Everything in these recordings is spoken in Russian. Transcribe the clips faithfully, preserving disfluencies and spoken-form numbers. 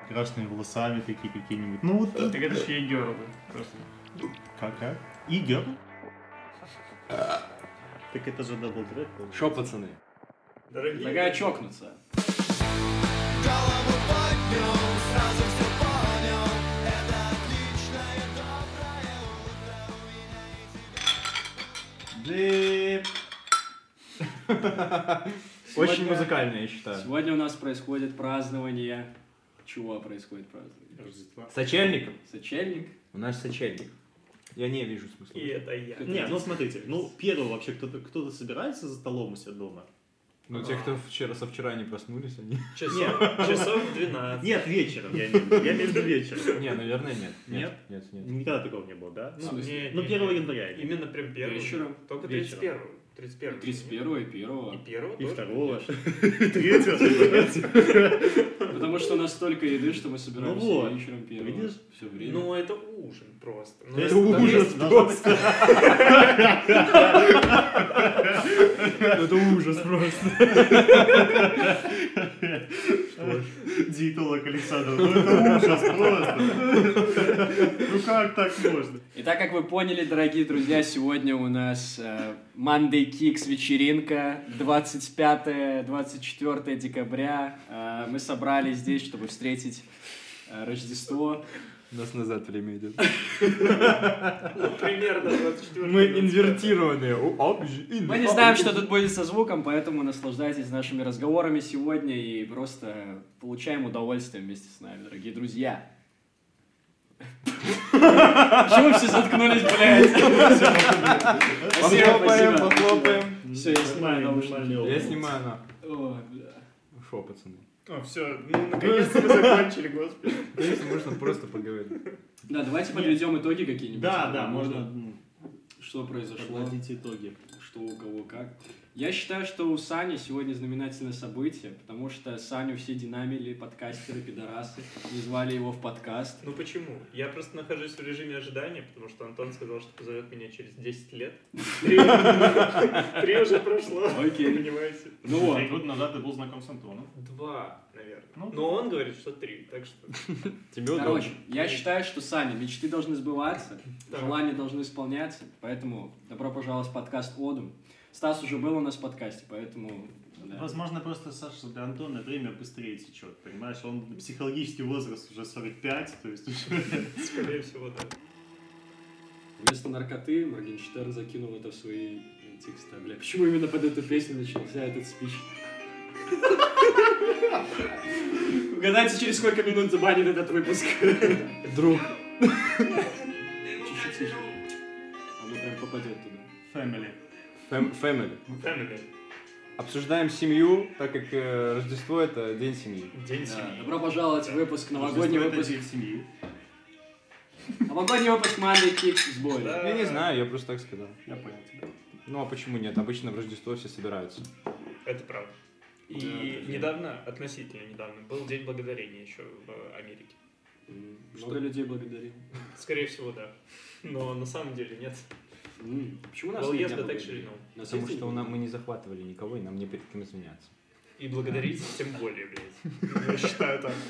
красными волосами такие какие-нибудь. Ну вот. Так это же e-girl просто. Как, как? E-girl? Так это же дабл-трек. Шо, пацаны? Дорогие. Предлагаю чокнуться. Голову поднял, сразу все понял. Это отличное, доброе утро у меня и тебя. Дип. Очень музыкально, я считаю. Сегодня у нас происходит празднование. Чего происходит празднование? Рождества. Сочельник? Сочельник. У нас сочельник. Я не вижу смысла. И это я. Не, ну смотрите, ну первый вообще кто-то кто-то собирается за столом у себя дома? Ну, те, кто вчера, со вчера не проснулись, они... Часов, часов двенадцать. Нет, вечером, я имею в виду. Я имею в виду вечером. Не, наверное, нет. Нет? Нет, нет. Никогда такого не было, да? В смысле? Не, Ну, не, первого не. января. Именно прям первого. Вечером. Только Вечером. тридцать первого. тридцать первого. тридцать первого и первого. И первого И тоже, второго. конечно. И третьего. Потому что у нас столько еды, что мы собираемся Ну вот. вечером первого. Видишь? Все время. Ну, это ужин просто. Ну, Это там ужас есть- просто. Это ужас просто. Диетолог Александр, ну это ужас просто. Ну как так можно? И так как вы поняли, дорогие друзья, сегодня у нас э, Monday Kicks вечеринка, двадцать пятое - двадцать четвёртое декабря. Э, мы собрались здесь, чтобы встретить э, Рождество. Нас назад время идет. Ну, примерно двадцать четвёртого. Мы инвертированные. Мы не знаем, что тут будет со звуком, поэтому наслаждайтесь нашими разговорами сегодня и просто получаем удовольствие вместе с нами, дорогие друзья. Почему все заткнулись, блядь? Похлопаем, похлопаем. Все, я снимаю наушники. Нормальный Я образ. снимаю на. Ой, бля. Шо, пацаны? О, все, ну, наконец-то мы закончили, господи. Конечно, можно просто поговорить. Да, давайте подведем итоги какие-нибудь. Да, да, можно ну, Что произошло, подводить итоги. что у кого как. Я считаю, что у Сани сегодня знаменательное событие, потому что Саню все динамили, подкастеры, пидорасы, не звали его в подкаст. Ну почему? Я просто нахожусь в режиме ожидания, потому что Антон сказал, что позовет меня через десять лет. Три Три уже прошло. Окей. Понимаете? Ну вот. Три года назад ты был знаком с Антоном. Два, наверное. Ну. Но он говорит, что три, так что... Тебе удобно. Короче, я считаю, что, Саня, мечты должны сбываться, Так. желания должны исполняться, поэтому добро пожаловать в подкаст «Одум». Стас уже был у нас в подкасте, поэтому... да. Возможно, просто, Саша, для Антона время быстрее течет, понимаешь? Он психологический возраст уже сорок пять, то есть уже... Скорее всего, да. Вместо наркоты Моргенштерн закинул это в свои тексты. Бля, почему именно под эту песню начался этот спич? Угадайте, через сколько минут забанит этот выпуск. Друг. Чуть-чуть тише. Оно прям попадет туда. Family. Фэм- Family. Family. Обсуждаем семью, так как э, Рождество это день семьи. День Да, семьи. добро пожаловать в выпуск, новогодний Рождество — это выпуск. день семьи. Новогодний выпуск Monday Kicks с Борей. Да. Я не знаю, я просто так сказал. Я понял тебя. Ну а почему нет? Обычно в Рождество все собираются. Это правда. И Да, недавно, относительно недавно, был День Благодарения еще в Америке. М, Много людей благодарим. Скорее всего, да. Но на самом деле нет. М, Почему у нас Well, нет yes, Дня but благодарения? actually no. У нас Потому есть что День у нас, мы не захватывали никого, и нам не перед кем извиняться. И благодарить тем более, блядь. Я считаю так.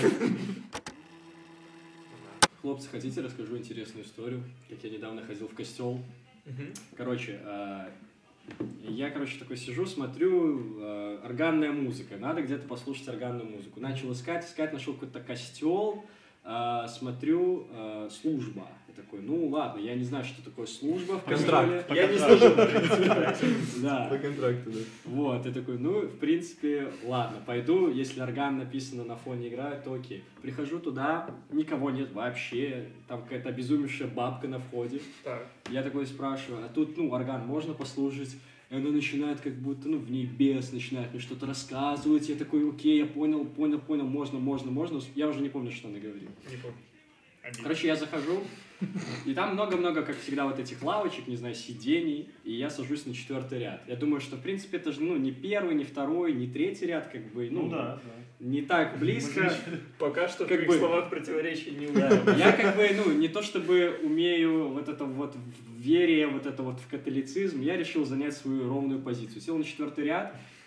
Хлопцы, хотите, расскажу интересную историю, как я недавно ходил в костел. Мгм. Короче, э, я, короче, такой сижу, смотрю, э, органная музыка, надо где-то послушать органную музыку. Начал искать, искать, нашел какой-то костел, э, смотрю, э, служба. Я такой, ну ладно, я не знаю, что такое служба в Контракт. костеле. Я не слышал, в принципе, да. Да. По контракту, да. Вот, я такой, ну, в принципе, ладно, пойду, если орган написано на фоне играет, то окей. Прихожу туда, никого нет вообще, там какая-то обезумевшая бабка на входе. Так. Я такой спрашиваю, а тут, ну, орган можно послушать? И она начинает как будто, ну, в небес, начинает мне что-то рассказывать. Я такой, окей, я понял, понял, понял, можно, можно, можно. Я уже не помню, что она говорит. Не помню. Обидно. Короче, я захожу, и там много-много, как всегда, вот этих лавочек, не знаю, сидений, и я сажусь на четвертый ряд. Я думаю, что, в принципе, это же, ну, не первый, не второй, не третий ряд, как бы, ну, Ну да, не так близко. Пока что в Как твоих бы- словах противоречий не Да, увидел. я как бы, ну, не то чтобы умею вот это вот в вере, вот это вот в католицизм, я решил занять свою ровную позицию. Сел на четвертый ряд,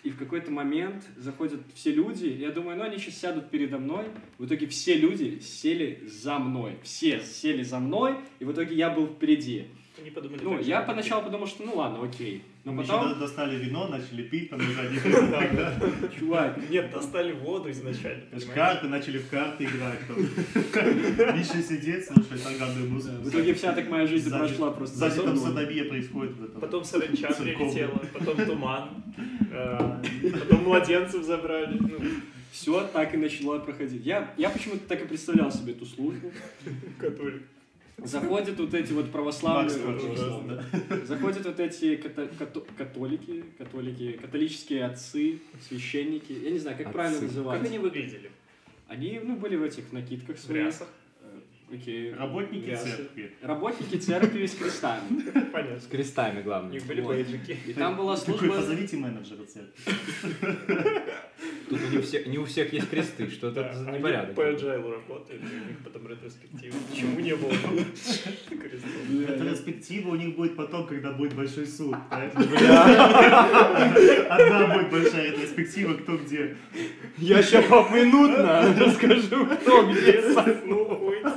и в какой-то момент заходят все люди, и я думаю, ну они сейчас сядут передо мной, в итоге все люди сели за мной, все сели за мной, и в итоге я был впереди. Они подумали, Ну, так же, я как и поначалу подумал, что ну ладно, окей, но Мы потом, еще достали вино, начали пить, там уже один. чувак, ты. Нет, достали воду изначально, понимаешь? Карты, начали в карты играть. там. Миша сидеть, слушать органную музыку. в итоге вся так моя жизнь Сзади- прошла просто Сзади за там мной. садомия происходит в этом. Потом саранча Церковный. прилетела, потом туман, э, потом младенцев забрали. Ну, Все так и начало проходить. Я, я почему-то так и представлял себе эту службу. который... Заходят вот эти вот Макс православные... тоже православные. да. Заходят вот эти ката- като- католики, католики, католические отцы, священники. Я не знаю, как Отцы. правильно Как называть. они выглядели? Они, ну, были в этих накидках В своих. рясах? Э, Окей. Работники Рясы. церкви. Работники церкви с крестами. Понятно. С крестами, У главное. них были Вот. бейджики. И там была Такой, служба... позовите менеджера церкви. Тут не у всех, не у всех есть кресты, что Да, это за они непорядок. по agile работают, и у них потом ретроспектива. Почему не было крестов? Ретроспектива у них будет потом, когда будет большой суд. понимаешь? Бля, Одна будет большая ретроспектива, кто где. я сейчас попминутно расскажу, кто где. Ну, хуйца.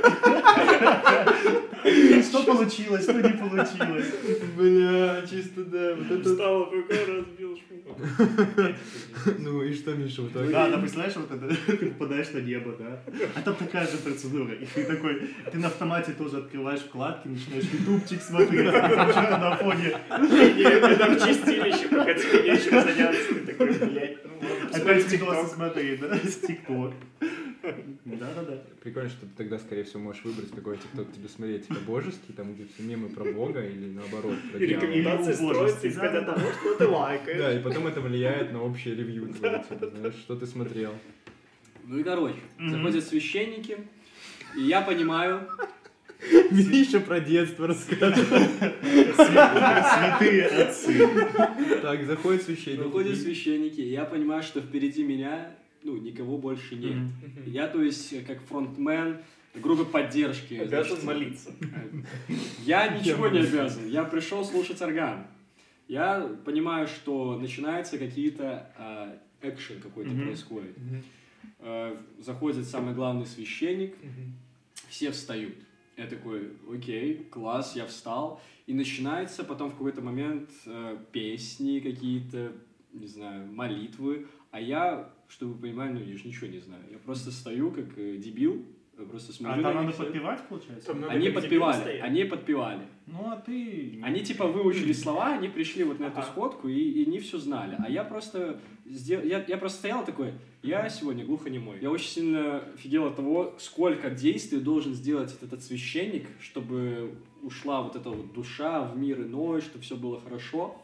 Что получилось, что не получилось. Бля, чисто да, вот это... Встал в ПК, разбил шмук. Ну и что, Миша, в итоге? Да, да, представляешь, вот это, ты попадаешь на небо, да? А там такая же процедура. И ты такой, ты на автомате тоже открываешь вкладки, начинаешь ютубчик смотреть, там что-то на фоне. Это в чистилище, пока тебе нечем заняться. Ты такой, блядь, ну ладно, посмотри Опять видосы TikTok. смотреть, да? С ТикТок. Да-да-да. Прикольно, что ты тогда, скорее всего, можешь выбрать, какой тикток тебе смотреть. Типа божеский, там, где все мемы про Бога, или наоборот, про И дьявола. рекомендации Или убожесть, строятся, исходя да-да-да. того, что ты лайкаешь. Да, и потом это влияет на общее ревью твое, типа, знаешь, что ты смотрел. Ну и короче, Мгм. заходят священники, и я понимаю, Миша про детство рассказывает. Святые отцы. Так, заходит священник. выходят священники, и я понимаю, что впереди меня, ну, никого больше нет. Я, то есть, как фронтмен группы поддержки. Обязан значит, молиться. Я ничего не обязан. Я пришел слушать орган. Я понимаю, что начинаются какие-то а, экшен какой-то Мгм. происходит. Э, заходит самый главный священник, все встают. Я такой, окей, класс, я встал. И начинается потом в какой-то момент э, песни какие-то, не знаю, молитвы. А я, чтобы вы понимали, ну я же ничего не знаю. Я просто стою как э, дебил, я просто А смотрю там на надо них всех. подпевать, получается? Там надо Они как подпевали, дебил стоять. они подпевали. Ну, а ты... Они типа выучили слова, они пришли вот на эту Ага. сходку, и, и они все знали. А я просто, сдел... я, я просто стоял такой, я сегодня глухонемой. Я очень сильно офигел от того, сколько действий должен сделать этот священник, чтобы ушла вот эта вот душа в мир иной, чтобы все было хорошо.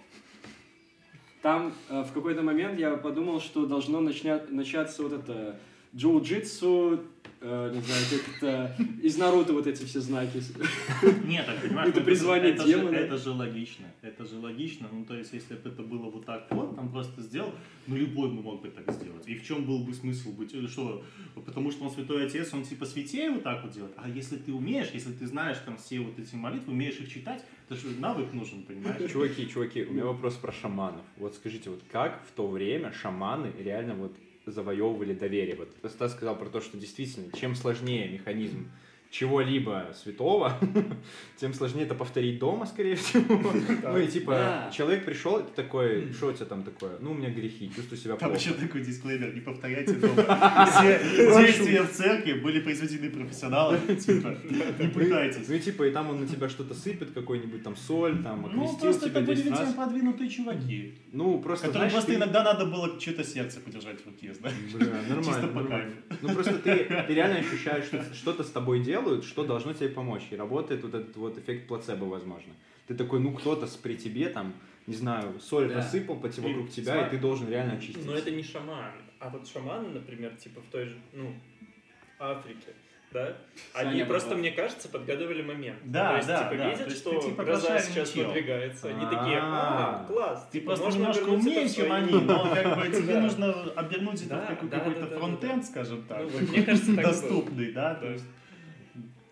Там э, в какой-то момент я подумал, что должно начня... начаться вот это джиу-джитсу, э, не знаю, как-то из Наруто вот эти все знаки. Нет, так понимаешь, Это ну, призвание это, демона. Же, это же логично. Это же логично. Ну, то есть, если бы это было вот так вот, там просто сделал, ну, любой бы мог бы так сделать. И в чем был бы смысл быть? Э, Что? Потому что он святой отец, он типа святее вот так вот делает. А если ты умеешь, если ты знаешь там все вот эти молитвы, умеешь их читать, это же навык нужен, понимаешь? Чуваки, чуваки, у меня вопрос про шаманов. Вот скажите, вот как в то время шаманы реально вот завоевывали доверие? Вот Стас сказал про то, что действительно, чем сложнее механизм чего-либо святого, тем сложнее это повторить дома, скорее всего. Ну и типа, Да. человек пришел, и ты такой, что у тебя там такое? Ну, у меня грехи, чувствую себя Там плохо. еще такой дисклеймер, не повторяйте дома. Все действия в церкви были произведены профессионалами, типа, не пытайтесь. Ну и типа, и там он на тебя что-то сыпет, какой-нибудь там соль, там, Ну, окрестил просто тебя это были десять ведь раз. продвинутые чуваки, Ну, просто, которым знаешь, просто ты- иногда надо было чье-то сердце подержать в руке, знаешь? Бля, нормально, Чисто по нормально. кайфу. Ну просто ты, ты реально ощущаешь, что что-то с тобой делают, что должно тебе помочь. И работает вот этот вот эффект плацебо, возможно. Ты такой, ну кто-то с- при тебе там, не знаю, соль Да. рассыпал по тебе И вокруг тебя, смотри, и ты должен реально очиститься. Но это не шаман. А вот шаманы, например, типа в той же, ну, Африке, да? Они Саня просто, попал. мне кажется, подгадывали момент. Да, то есть, да, типа, да. видят, То есть что ты, типа, гроза прошаренный сейчас чел. надвигается. Они такие, а, А. класс. Ты типа, просто можно немножко обернуть это умнее, в чем свои- они, но как бы тебе Да. нужно обернуть это Да, в какой- да, какой-то да, да, фронтенд, скажем так, Ну, вот мне кажется, так и было. доступный, да, то Да. есть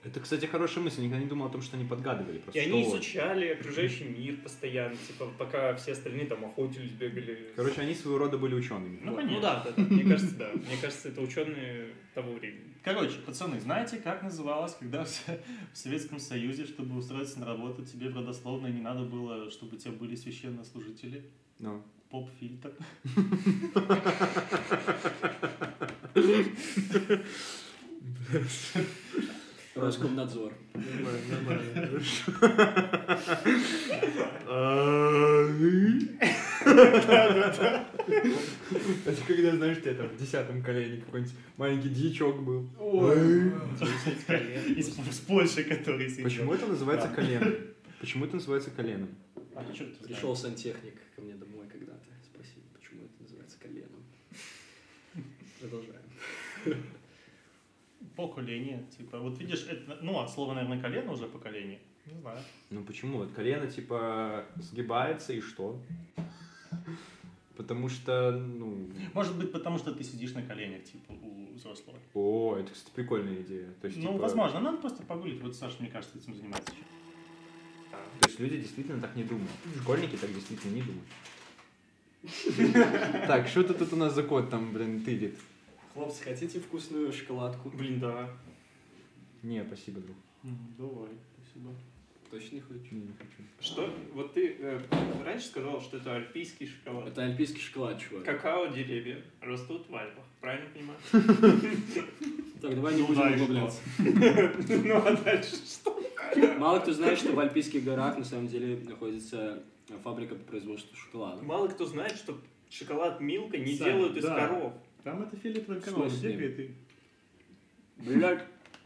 Это, кстати, хорошая мысль. Никогда не думал о том, что они подгадывали. Просто И они что- изучали окружающий мир постоянно, типа, пока все остальные там охотились, бегали. Короче, они своего рода были учеными. Ну, Вот. конечно. Ну да, да, да. Мне кажется, да. Мне кажется, это ученые того времени. Короче, пацаны, знаете, как называлось, когда в Со- в Советском Союзе, чтобы устроиться на работу, тебе в родословной не надо было, чтобы у тебя были священнослужители? Ну. Поп-фильтр. Роскомнадзор. Это когда, знаешь, тебе там в десятом колене какой-нибудь маленький дьячок был. Из с Польши, который сидел. Почему это называется Да. коленом? Почему это называется коленом? А, чё ты Пришел сантехник ко мне домой когда-то. Спросил, почему это называется коленом. Продолжаем. Поколение, типа, вот видишь, это, ну, от слова, наверное, колено уже поколение. Не знаю. Ну почему? Вот колено типа сгибается и что? Потому что, ну... Может быть, потому что ты сидишь на коленях, типа, у взрослого. О, это, кстати, прикольная идея. То есть, Ну, типа, возможно, надо просто погуглить. Вот Саша, мне кажется, этим занимается. То есть люди действительно так не думают. Школьники так действительно не думают. Так, что тут у нас за кот там, блин, тырит? Хлопцы, хотите вкусную шоколадку? Блин, да. Не, спасибо, друг. Давай, спасибо. Точно не хочу. Не, не хочу. Что? Вот ты э, раньше сказал, что это альпийский шоколад. Это альпийский шоколад, чувак. Какао-деревья растут в Альпах. Правильно понимаю? Так, давай не Ну будем да, и что? углубляться. Ну а дальше что? Мало кто знает, что в Альпийских горах на самом деле находится фабрика по производству шоколада. Мало кто знает, что шоколад Милка не Сань, делают из да. коров. Там это фиолетовая В корова смысле? бегает и... Блядь.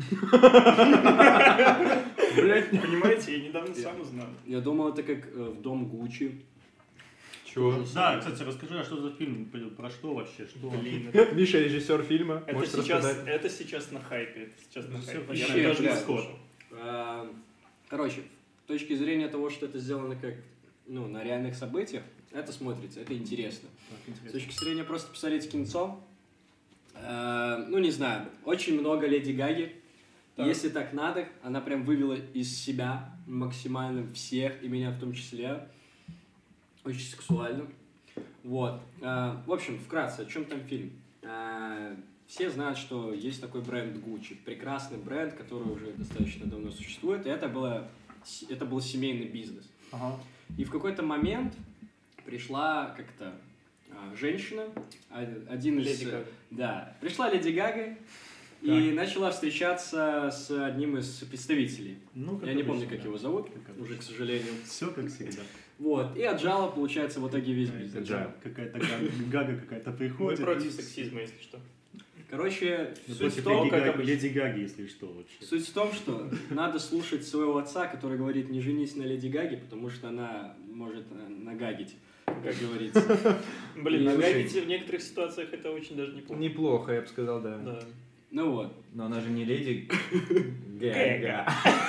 Блять, понимаете, я недавно сам узнал. Я думал, это как э, в дом Гуччи. Чего? Да, кстати, расскажи, а что за фильм? Про что вообще? Что? Блин, это, Миша, режиссер фильма, это может сейчас, рассказать? это сейчас на хайпе. Это сейчас на Ну, всё, хайпе. вообще, Я даже не блядь. слушал. А, Короче, с точки зрения того, что это сделано как ну, на реальных событиях, это смотрится, это интересно. Так, С интересно. точки зрения просто посмотреть кинцо, э, ну не знаю, очень много Леди Гаги. Так. Если так надо, она прям вывела из себя максимально всех, и меня в том числе. Очень сексуально. Вот. Э, в общем, вкратце, о чем там фильм? Э, все знают, что есть такой бренд Gucci. Прекрасный бренд, который уже достаточно давно существует. И это, было, это был семейный бизнес. Ага. И в какой-то момент пришла как-то а, женщина, а- один из... Леди Гага. Да, пришла Леди Гага и начала встречаться с одним из представителей. Ну, Я не помню, как его зовут, уже, к сожалению. Все как всегда. Вот, и отжала, получается, в итоге весь бизнес. Agile. Какая-то гага, гага какая-то Мы приходит. против и- сексизма, если что. Короче, Ну, суть против в, том, Леди как Гаги- обычно. Леди Гаги, если что, вообще. суть в том, что надо слушать своего отца, который говорит, не женись на Леди Гаге, потому что она может э, нагагить, как говорится. Блин, И- нагадите в некоторых ситуациях это очень даже неплохо. Неплохо, я бы сказал, да. Да. Ну вот. Но она же не леди Гага.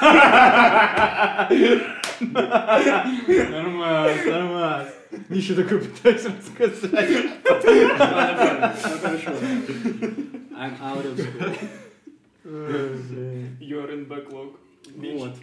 Нормально, нормально. Миша такой пытается рассказать. Ладно, ладно, всё хорошо. I'm out of school. You're in backlog. Bitch. Вот.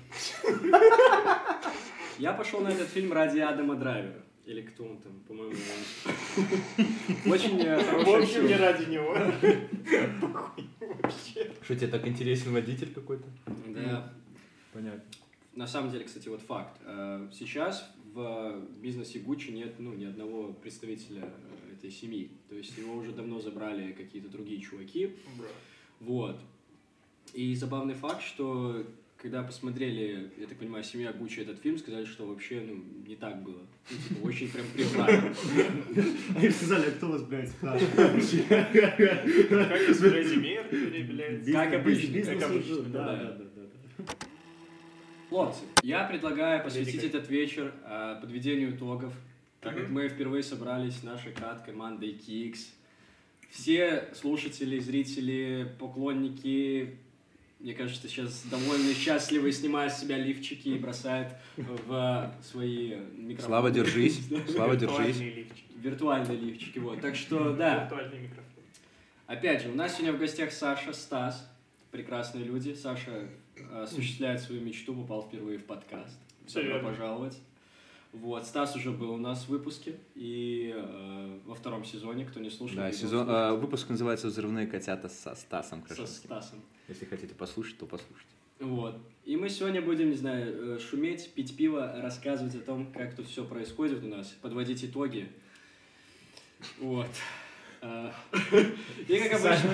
Я пошел на этот фильм ради Адама Драйвера. Или кто он там, по-моему, он. Очень э, В хороший общем, не фильм. ради него. Похуй вообще. Что, тебе так интересен водитель какой-то? Да. Понятно. На самом деле, кстати, вот факт. Э, Сейчас в бизнесе Gucci нет ну, ни одного представителя э, этой семьи. То есть его уже давно забрали какие-то другие чуваки. Вот. И забавный факт, что когда посмотрели, я так понимаю, семья Гуччи этот фильм, сказали, что вообще ну, не так было. Ну, типа, очень прям приврали. Они сказали, а кто вас, блядь, спрашивает? Как из Фредди Меркьюри, блядь. Как обычно, Бизнес как уже, обычно, да, да. да, да, да. Хлопцы, я предлагаю посвятить Леди Гаги. этот вечер а, подведению итогов, так как Мгм. мы впервые собрались нашей кат-командой Кикс. Все слушатели, зрители, поклонники, мне кажется, сейчас довольно счастливы, снимают с себя лифчики и бросают в свои микрофоны. Слава, держись. Слава, держись. Виртуальные лифчики. Виртуальные лифчики, вот. Так что, да. Виртуальный микрофон. Опять же, у нас сегодня в гостях Саша, Стас. прекрасные люди. Саша э, осуществляет свою мечту, попал впервые в подкаст. Всё Добро верно. пожаловать. Вот, Стас уже был у нас в выпуске, и э, во втором сезоне, кто не слушал... Да, идёт сезон, слушать. а, выпуск называется «Взрывные котята» со Стасом Со Крашевским. Стасом. Если хотите послушать, то послушайте. Вот. И мы сегодня будем, не знаю, э, шуметь, пить пиво, рассказывать о том, как тут все происходит у нас, подводить итоги. Вот. А, И как обычно...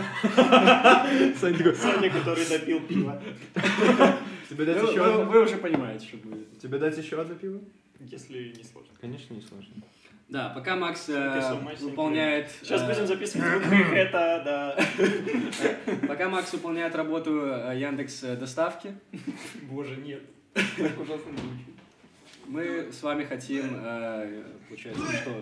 Саня, который допил пиво. Тебе Вы, вы- вы уже понимаете, что будет. Тебе дать еще одно пиво? Если не сложно. Конечно, не сложно. Да, пока Макс э, Thank you so much, thank you. выполняет... Сейчас э, будем записывать звук хэта, да. Пока Макс выполняет работу э, Яндекс э, доставки, Боже, нет. Так ужасно звучит. мы с вами хотим, э, получается, что?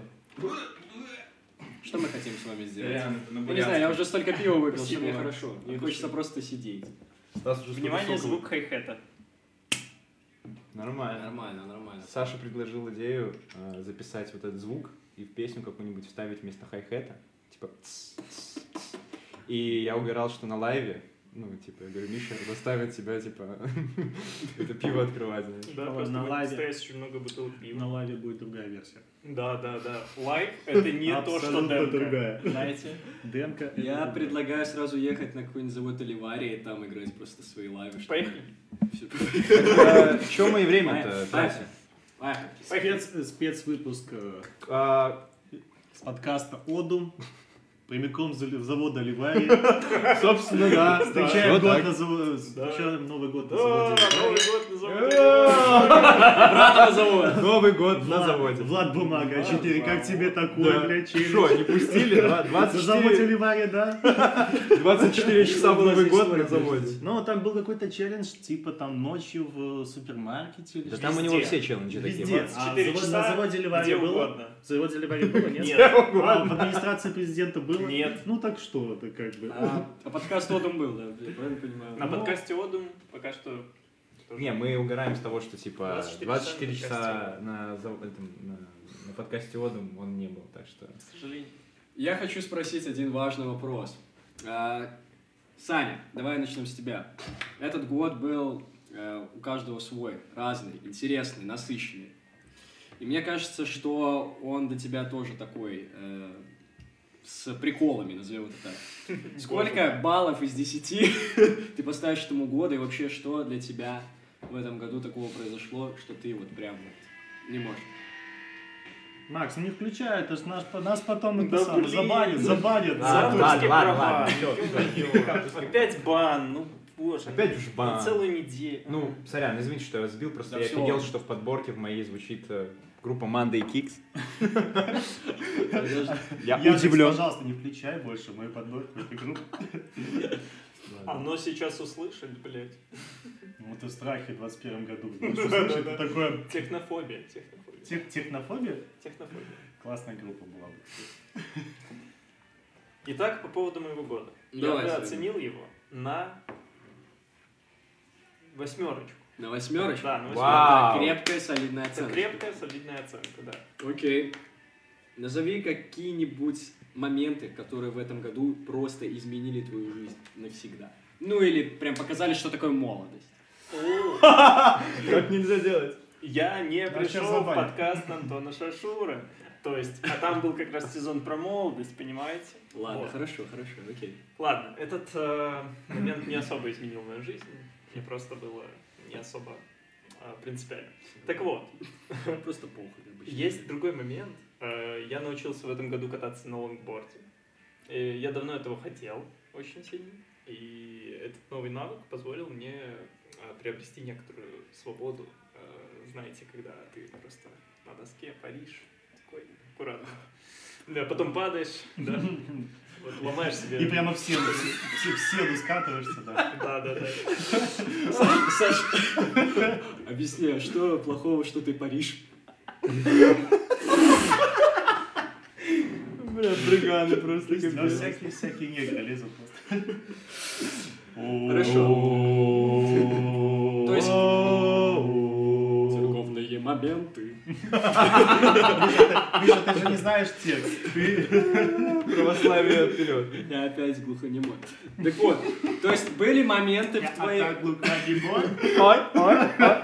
Что мы хотим с вами сделать? Я не знаю, я уже столько пива выпил, что Спасибо. мне хорошо. Мне От хочется души. просто сидеть. Стас уже Внимание, столько звук хай-хета. Нормально. Нормально, нормально. Саша предложил идею э, записать вот этот звук и в песню какую-нибудь вставить вместо хай-хета. Типа... тс, тс, тс. И я угорал, что на лайве, ну, типа, я говорю, Миша заставит тебя, типа, это пиво открывать, знаешь. Да, На просто будет лайве. стоять очень много бутылок На пива. лайве будет другая версия. Да, да, да. Лайв — это не то, что Абсолютно демка. другая. Знаете, Демка. это я другая. предлагаю сразу ехать на какой-нибудь завод Оливария и там играть просто свои лайвы. чтобы- Поехали. Всё. Чем мы и время-то Поехали. тратим? Поехали. Спец, спецвыпуск э, А, с подкаста «Одум». Прямиком с зали- завода Ливари. собственно, да. Встречаем Вот год так. на заводе. Встречаем Новый год на Да, заводе Новый Ливари. год на заводе. Обратно на завод. Новый год на Влад- заводе. Влад Бумага а четыре. Как тебе такое, Да. блядь, челлендж? Что, не пустили? Да, На заводе 24, Ливари, да? двадцать четыре часа в Была Новый здесь год история, на заводе. Ну, там был какой-то челлендж, типа там ночью в супермаркете или Да что-то. там у него Везде. все челленджи такие. Везде. двадцать А четыре завод- часа, на заводе Ливари где было? угодно. В заводе Ливари было, нет? Нет. А, в администрации президента было? Нет. Ну так что, это как бы... А, а подкаст Одум был, да, я правильно понимаю? На Ну, подкасте Одум пока что... тоже. Не, мы угораем с того, что типа двадцать четыре двадцать четыре часа часа на, зав- этом, на, на подкасте Одум он не был, так что... К сожалению. Я хочу спросить один важный вопрос. А, Саня, давай начнем с тебя. Этот год был э, у каждого свой, разный, интересный, насыщенный. И мне кажется, что он для тебя тоже такой, э, с приколами, назовем это так. Сколько баллов из десяти ты поставишь этому году, и вообще, что для тебя в этом году такого произошло, что ты вот прям вот не можешь? Макс, ну не включай, это ж наш, нас потом это Да самое, блин. забанят, забанят. Ладно, Авторские ладно, права. ладно, всё, всё. Опять бан, ну боже. Опять уж бан. На целую неделю. Ну, сорян, извините, что я вас сбил, просто Да я всё. офигел, что в подборке в моей звучит э, группа Monday Kicks. Я Яндекс, удивлен. пожалуйста, не включай больше мою подборку этой группы. Оно сейчас услышит, блядь. Ну ты в страхе в двадцать первом году. Знаешь, что значит? Это такое... Технофобия, технофобия. Тех- Технофобия? Технофобия. Классная группа была. бы. Итак, по поводу моего года. Давай, Я бы Саня. оценил его на восьмерочку. На восьмерочку? Да, на восьмерочку. Вау. Крепкая, солидная Это оценка. крепкая, солидная оценка, да. Окей. Назови какие-нибудь моменты, которые в этом году просто изменили твою жизнь навсегда. Ну или прям показали, что такое молодость. Как нельзя делать? Я не А пришел сейчас в забанят. подкаст Антона Шашура. То есть, а там был как раз сезон про молодость, понимаете? Ладно, Вот. хорошо, хорошо, окей. Ладно, этот э, момент не особо изменил мою жизнь. Мне просто было не особо э, принципиально. Так вот, Просто похуй. обычно. есть другой момент. Э, Я научился в этом году кататься на лонгборде. И я давно этого хотел очень сильно. И этот новый навык позволил мне э, приобрести некоторую свободу. Э, Знаете, когда ты просто на доске паришь, такой аккуратно. Да, потом падаешь, да, вот ломаешь себе. И прямо в стену, в стену скатываешься, да. Да, да, да. Саш, объясни, а что плохого, что ты паришь? Бля, бриганы просто Да, капец. всякие, всякие негры лезут просто. Хорошо. То есть- Церковные моменты. Миша, ты же не знаешь текст. Ты... Православие вперед. Я опять глухонемой. Так вот, то есть были моменты в твоей... А так глухонемой? Ой, ой,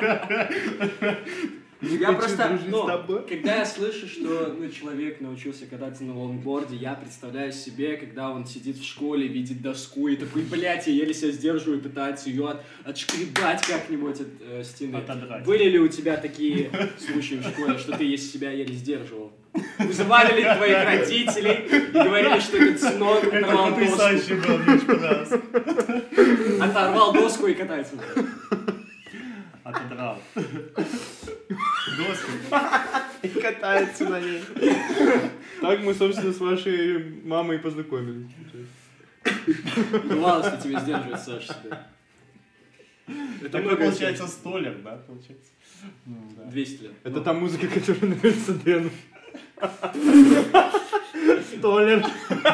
Я просто, дружить с ну, тобой. когда я слышу, что ну, человек научился кататься на лонгборде, я представляю себе, когда он сидит в школе, видит доску и такой, блядь, я еле себя сдерживаю и пытается ее от, отшкребать как-нибудь от э, стены. Отодрать. Были ли у тебя такие случаи в школе, что ты если себя еле сдерживал? Вызывали ли твоих родителей и говорили, что этот сынок оторвал Это доску, потрясающий был Миш раз. оторвал доску и катается? Отодрал. Доску. и катается на ней. Так мы, собственно, с вашей мамой и познакомились. Бывало, что тебе сдерживает Саша себя. Это Так много получается столер, да, получается? Ну, да. двести лет. Это та музыка, которая нравится Дэну. Столер.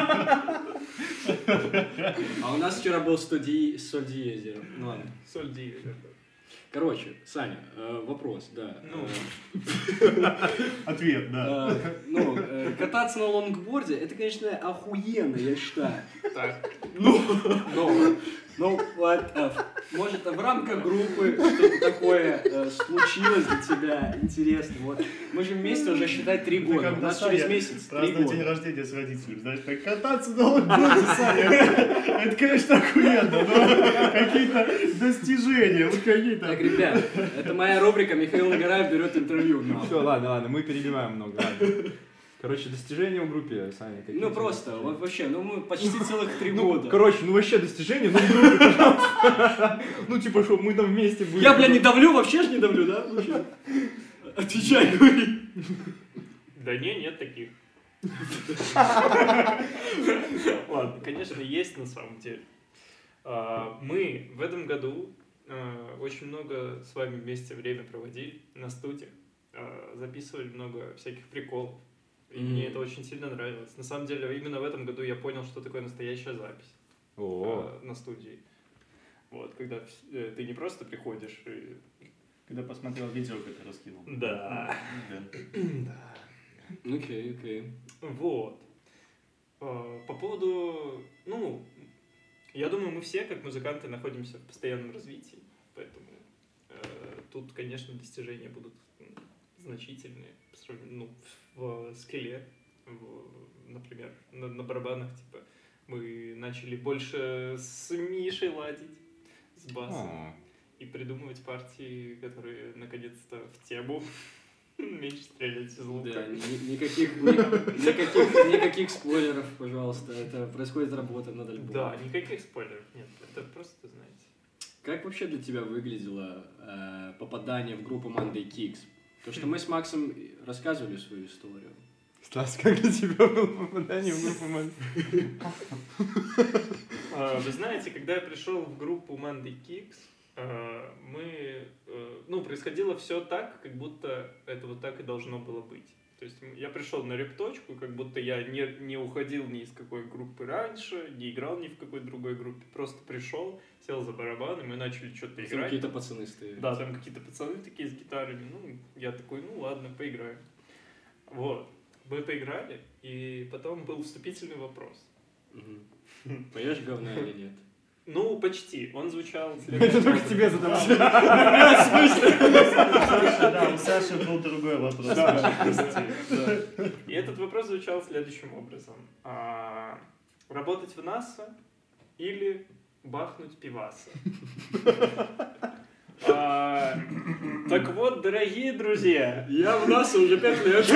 А у нас вчера был соль диезер. Ну ладно. Соль диезер. Короче, Саня, э, вопрос, да. Ну. Э, Ответ, да. э, ну, э, кататься на лонгборде, это, конечно, охуенно, я считаю. Так. Ну, но, ну, вот, э, может, в рамках группы что-то такое э, случилось для тебя интересно. Вот, мы же вместе уже, считай, три Ты года. У как нас Саня через месяц три празднует день года. рождения с родителями, знаешь, так кататься на лонгборде, Саня, это, конечно, охуенно, но какие-то достижения, вот какие-то... Так, ребят, это моя рубрика «Михаил Нагораев берет интервью». Ну. Все, ладно, ладно, мы перебиваем много. Ладно. Короче, достижения в группе, Саня. какие Ну у тебя просто, достижения? вот вообще, ну мы почти целых три Ну, года. короче, ну вообще достижения, ну в группе, пожалуйста. Ну типа, что мы там вместе будем. Я, бля, не давлю, вообще ж не давлю, да? Вообще. Отвечай, говори. Да не, нет таких. Ладно, конечно, есть на самом деле. А, Мы в этом году а, очень много с вами вместе время проводили на студии, а, записывали много всяких приколов. И Мгм. мне это очень сильно нравилось. На самом деле, именно в этом году я понял, что такое настоящая запись О, а, на студии. Вот, когда вс- э, ты не просто приходишь и... Когда посмотрел видео, как ты раскинул. Да. Да. Окей, окей. Вот. А, По поводу, ну, я думаю, мы все, как музыканты, находимся в постоянном развитии, поэтому э, тут, конечно, достижения будут м, значительные, по сравнению, ну, в, в скилле, в- например, на, на барабанах, типа, мы начали больше с Мишей ладить, с басом, О. и придумывать партии, которые, наконец-то, в тему, меньше стрелять из лука. Да, ни- никаких, ни- никаких, никаких спойлеров, пожалуйста. Это происходит работа над альбомом. Да, никаких спойлеров нет. Это просто, знаете. Как вообще для тебя выглядело э, попадание в группу Monday Kicks? То, что мы с Максом рассказывали свою историю. Стас, как для тебя было попадание в группу Мэн? А, Вы знаете, когда я пришел в группу Monday Kicks, а, мы, э, ну, происходило все так, как будто это вот так и должно было быть. То есть м, я пришел на репточку, как будто я не, не уходил ни из какой группы раньше, не играл ни в какой другой группе. Просто пришел, сел за барабан, и мы начали что-то Там играть. какие-то пацаны стоят. Да, там какие-то пацаны такие с гитарами. Ну, я такой, ну ладно, поиграем. Вот. Мы поиграли, и потом был вступительный вопрос. Мгм. Поешь говна или нет? Ну, почти. Он звучал Это следующим только тебе задавал. Да, у Саши был другой вопрос. образом. И этот вопрос звучал следующим образом. А, Работать в НАСА или бахнуть пиваса? А, Так вот, дорогие друзья, Я в НАСА уже пять лет.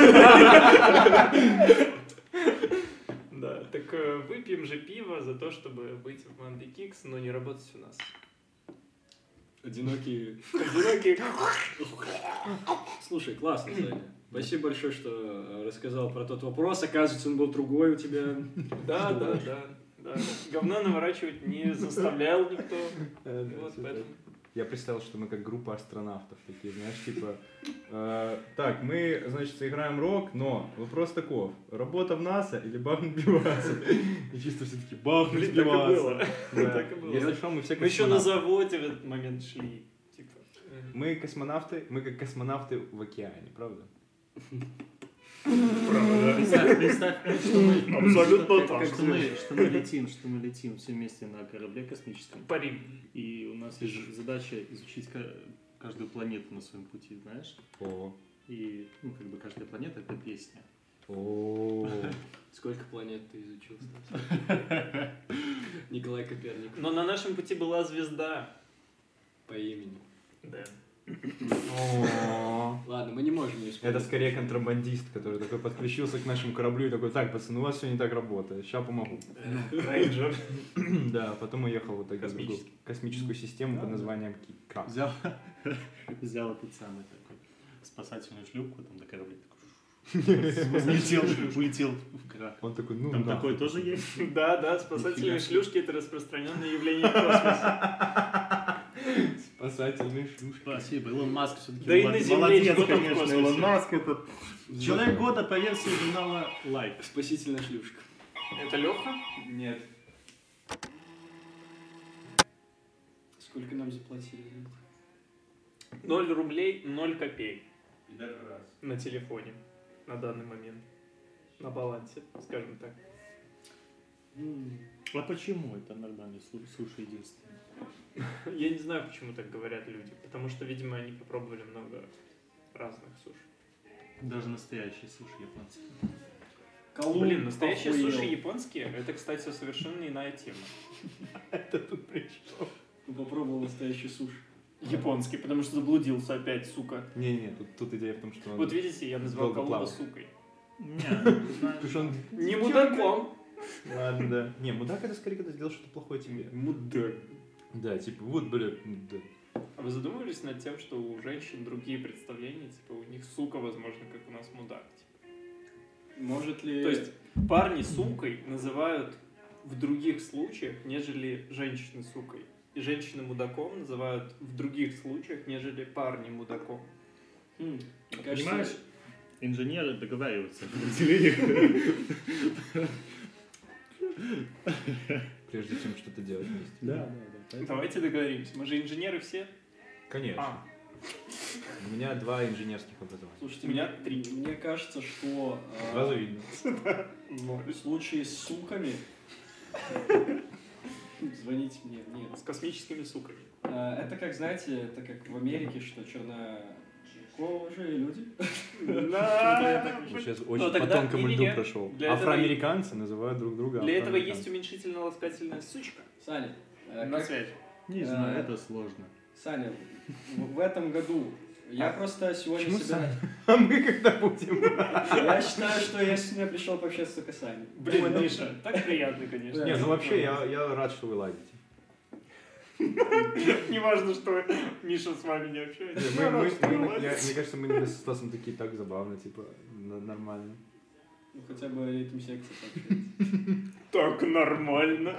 да, так э, выпьем же пиво за то, чтобы быть в Monday Kicks, но не работать у нас. Одинокие. Одинокие. Слушай, классно, Саня. Спасибо большое, что э, рассказал про тот вопрос. Оказывается, он был другой у тебя. Да, да, да. Да. Говна наворачивать не заставлял никто. Вот поэтому. Я представил, что мы как группа астронавтов такие, знаешь, типа, э, так, мы, значит, играем рок, но вопрос таков, работа в НАСА или бахнуть пиваса? И чисто все таки бахнуть Блин, так и пиваса. было. Да. Так и было. Если что, мы все Мы еще на космонавты. заводе в этот момент шли. Типа. э, Мы космонавты, мы как космонавты в океане, правда? Представь, представь, что мы, Абсолютно что, так. что мы, что мы летим, что мы летим все вместе на корабле космическом. Парим. И у нас есть задача изучить ка- каждую планету на своем пути, знаешь? О. И, ну, как бы каждая планета — это песня. О. Сколько планет ты изучил, Стас? Николай Коперник Но на нашем пути была звезда. по имени. Да. О. Ладно, мы не можем не вспомнить. Это скорее контрабандист, который такой подключился к нашему кораблю и такой: так, пацаны, у вас все не так работает, сейчас помогу. Рейнджер. Да, потом уехал вот тогда в другую Космический. космическую систему под названием Кикра. Взял, взял этот самый такой спасательную шлюпку, там до корабля такой, улетел, улетел в крах. Он такой: ну, Там нахуй. такой тоже есть? Да, да, спасательные шлюшки — это распространенное явление в космосе. Спасательный шлюшка. Спасибо, Илон Маск все-таки Да и на Земле молодец, что там в конечно, космосе? Илон Маск этот человек года по версии журнала Life. Спасительная шлюшка. Это Леха? Нет. Сколько нам заплатили? Ноль рублей, ноль копеек И даже раз. на телефоне на данный момент. На балансе, скажем так. А почему это нормальный су- суши единственный? Я не знаю, почему так говорят люди. Потому что, видимо, они попробовали много разных суш. Даже настоящие суши японские. Колумб Блин, настоящие охуел. суши японские — это, кстати, совершенно иная тема. Это тут пришло. Ну, попробовал настоящий суши. Японский, потому что заблудился опять, сука. Не-не, тут, тут идея в том, что он... Вот видите, я назвал долго Колумба плавал. сукой. Не, ну, знаешь, Потому что он... Не мудаком. Ладно, да. Не, мудак это скорее, когда сделал что-то плохое тебе. Мудак. Да, типа, вот, бля, мудак. А вы задумывались над тем, что у женщин другие представления, типа у них сука, возможно, как у нас мудак? Типа. Может ли... То есть парни сукой называют в других случаях, нежели женщины сукой. И женщины мудаком называют в других случаях, нежели парни мудаком. Хм, мне кажется, понимаешь, инженеры договариваются в определениях. Прежде чем что-то делать вместе. Да, да, да. Давайте договоримся. Мы же инженеры все. Конечно. А, У меня два инженерных образования. Слушайте, У меня мне, три. мне кажется, что э, Сразу видно. в случае с суками... Звоните мне, нет. с космическими суками. Э, Это как, знаете, это как в Америке, что чернокожие люди. Да. Сейчас Но очень по тогда- тонкому не-не-не. льду прошел. Для этого Афроамериканцы называют друг друга Для этого есть афроамериканцами. уменьшительно-ласкательная сучка. Саня, э, На как- связь. Не Э, знаю, это сложно. Саня, в, в этом году я просто сегодня Почему себя... А мы когда будем? Я считаю, что я сегодня пришел пообщаться только с Саней. Блин, Ой, ну, Миша, так приятно, конечно. Не, ну вообще, я, я рад, что вы ладите. Не важно, что Миша с вами не общается. Не, мы- мы- мы- я- Мне кажется, мы именно со Стасом такие так забавно, типа, н- нормально. Ну, хотя бы ритм секции пообщаться. Так нормально.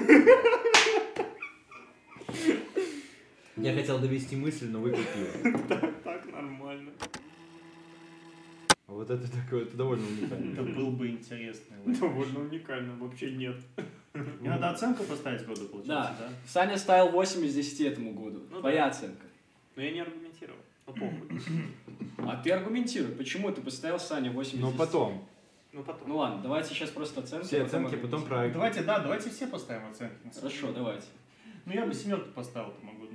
Я хотел довести мысль, но выпил пиво. Так нормально. Вот это такое, это довольно Это уникально. был бы интересный лайф. Довольно уникально, вообще нет. Не надо оценку поставить году, получается, да? Саня ставил восемь из десяти этому году. Ну Твоя да. оценка. Но я не аргументировал. Ну похуй. А ты аргументируй, почему ты поставил Саня восемь из Но десяти? потом, Ну потом. Ну ладно, давайте сейчас просто оценки. все потом оценки, потом аргументируем. проект. Давайте, да, давайте все поставим оценки. на самом Хорошо, деле. давайте. Ну, я бы семерку поставил тому году.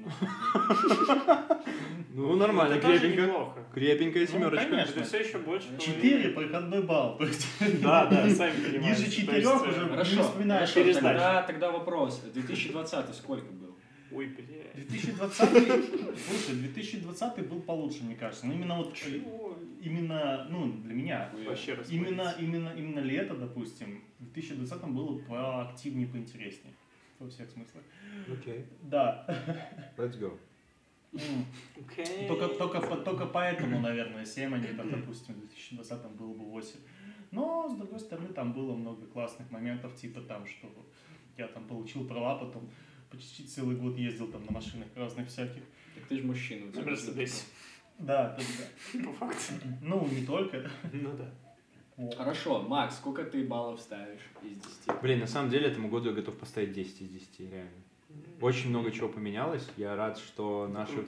Ну, нормально, Это тоже крепенько. неплохо. Крепенькая Ну, семерочка. конечно. Это все еще больше. Четыре проходной балл. То есть Да, да, сами понимаете. ниже То есть, четырех э, уже не Хорошо, вспоминаешь. хорошо пересдача. тогда, тогда вопрос. две тысячи двадцатый сколько был? Ой, бля. две тысячи двадцатый, слушай, две тысячи двадцатый был получше, мне кажется. Ну, именно вот, Чего? именно, ну, для меня. Вообще Именно, расходитесь. именно, именно лето, допустим, в две тысячи двадцатом было поактивнее, поинтереснее. Во всех смыслах. Окей, Да. let's go. М. Окей. Только, только, по- только поэтому, наверное, семь, а не там, допустим, в две тысячи двадцатом было бы восемь. Но, с другой стороны, там было много классных моментов, типа там, что я там получил права, потом почти целый год ездил там на машинах разных всяких. Так ты же мужчина. у тебя На Мерседесе. типа. Да, да, да. По факту. Ну, не только. Ну да. Вот. Хорошо, Макс, сколько ты баллов ставишь из десяти? Блин, на самом деле этому году я готов поставить десять из десяти, реально. Очень много чего поменялось. Я рад, что наши Круто.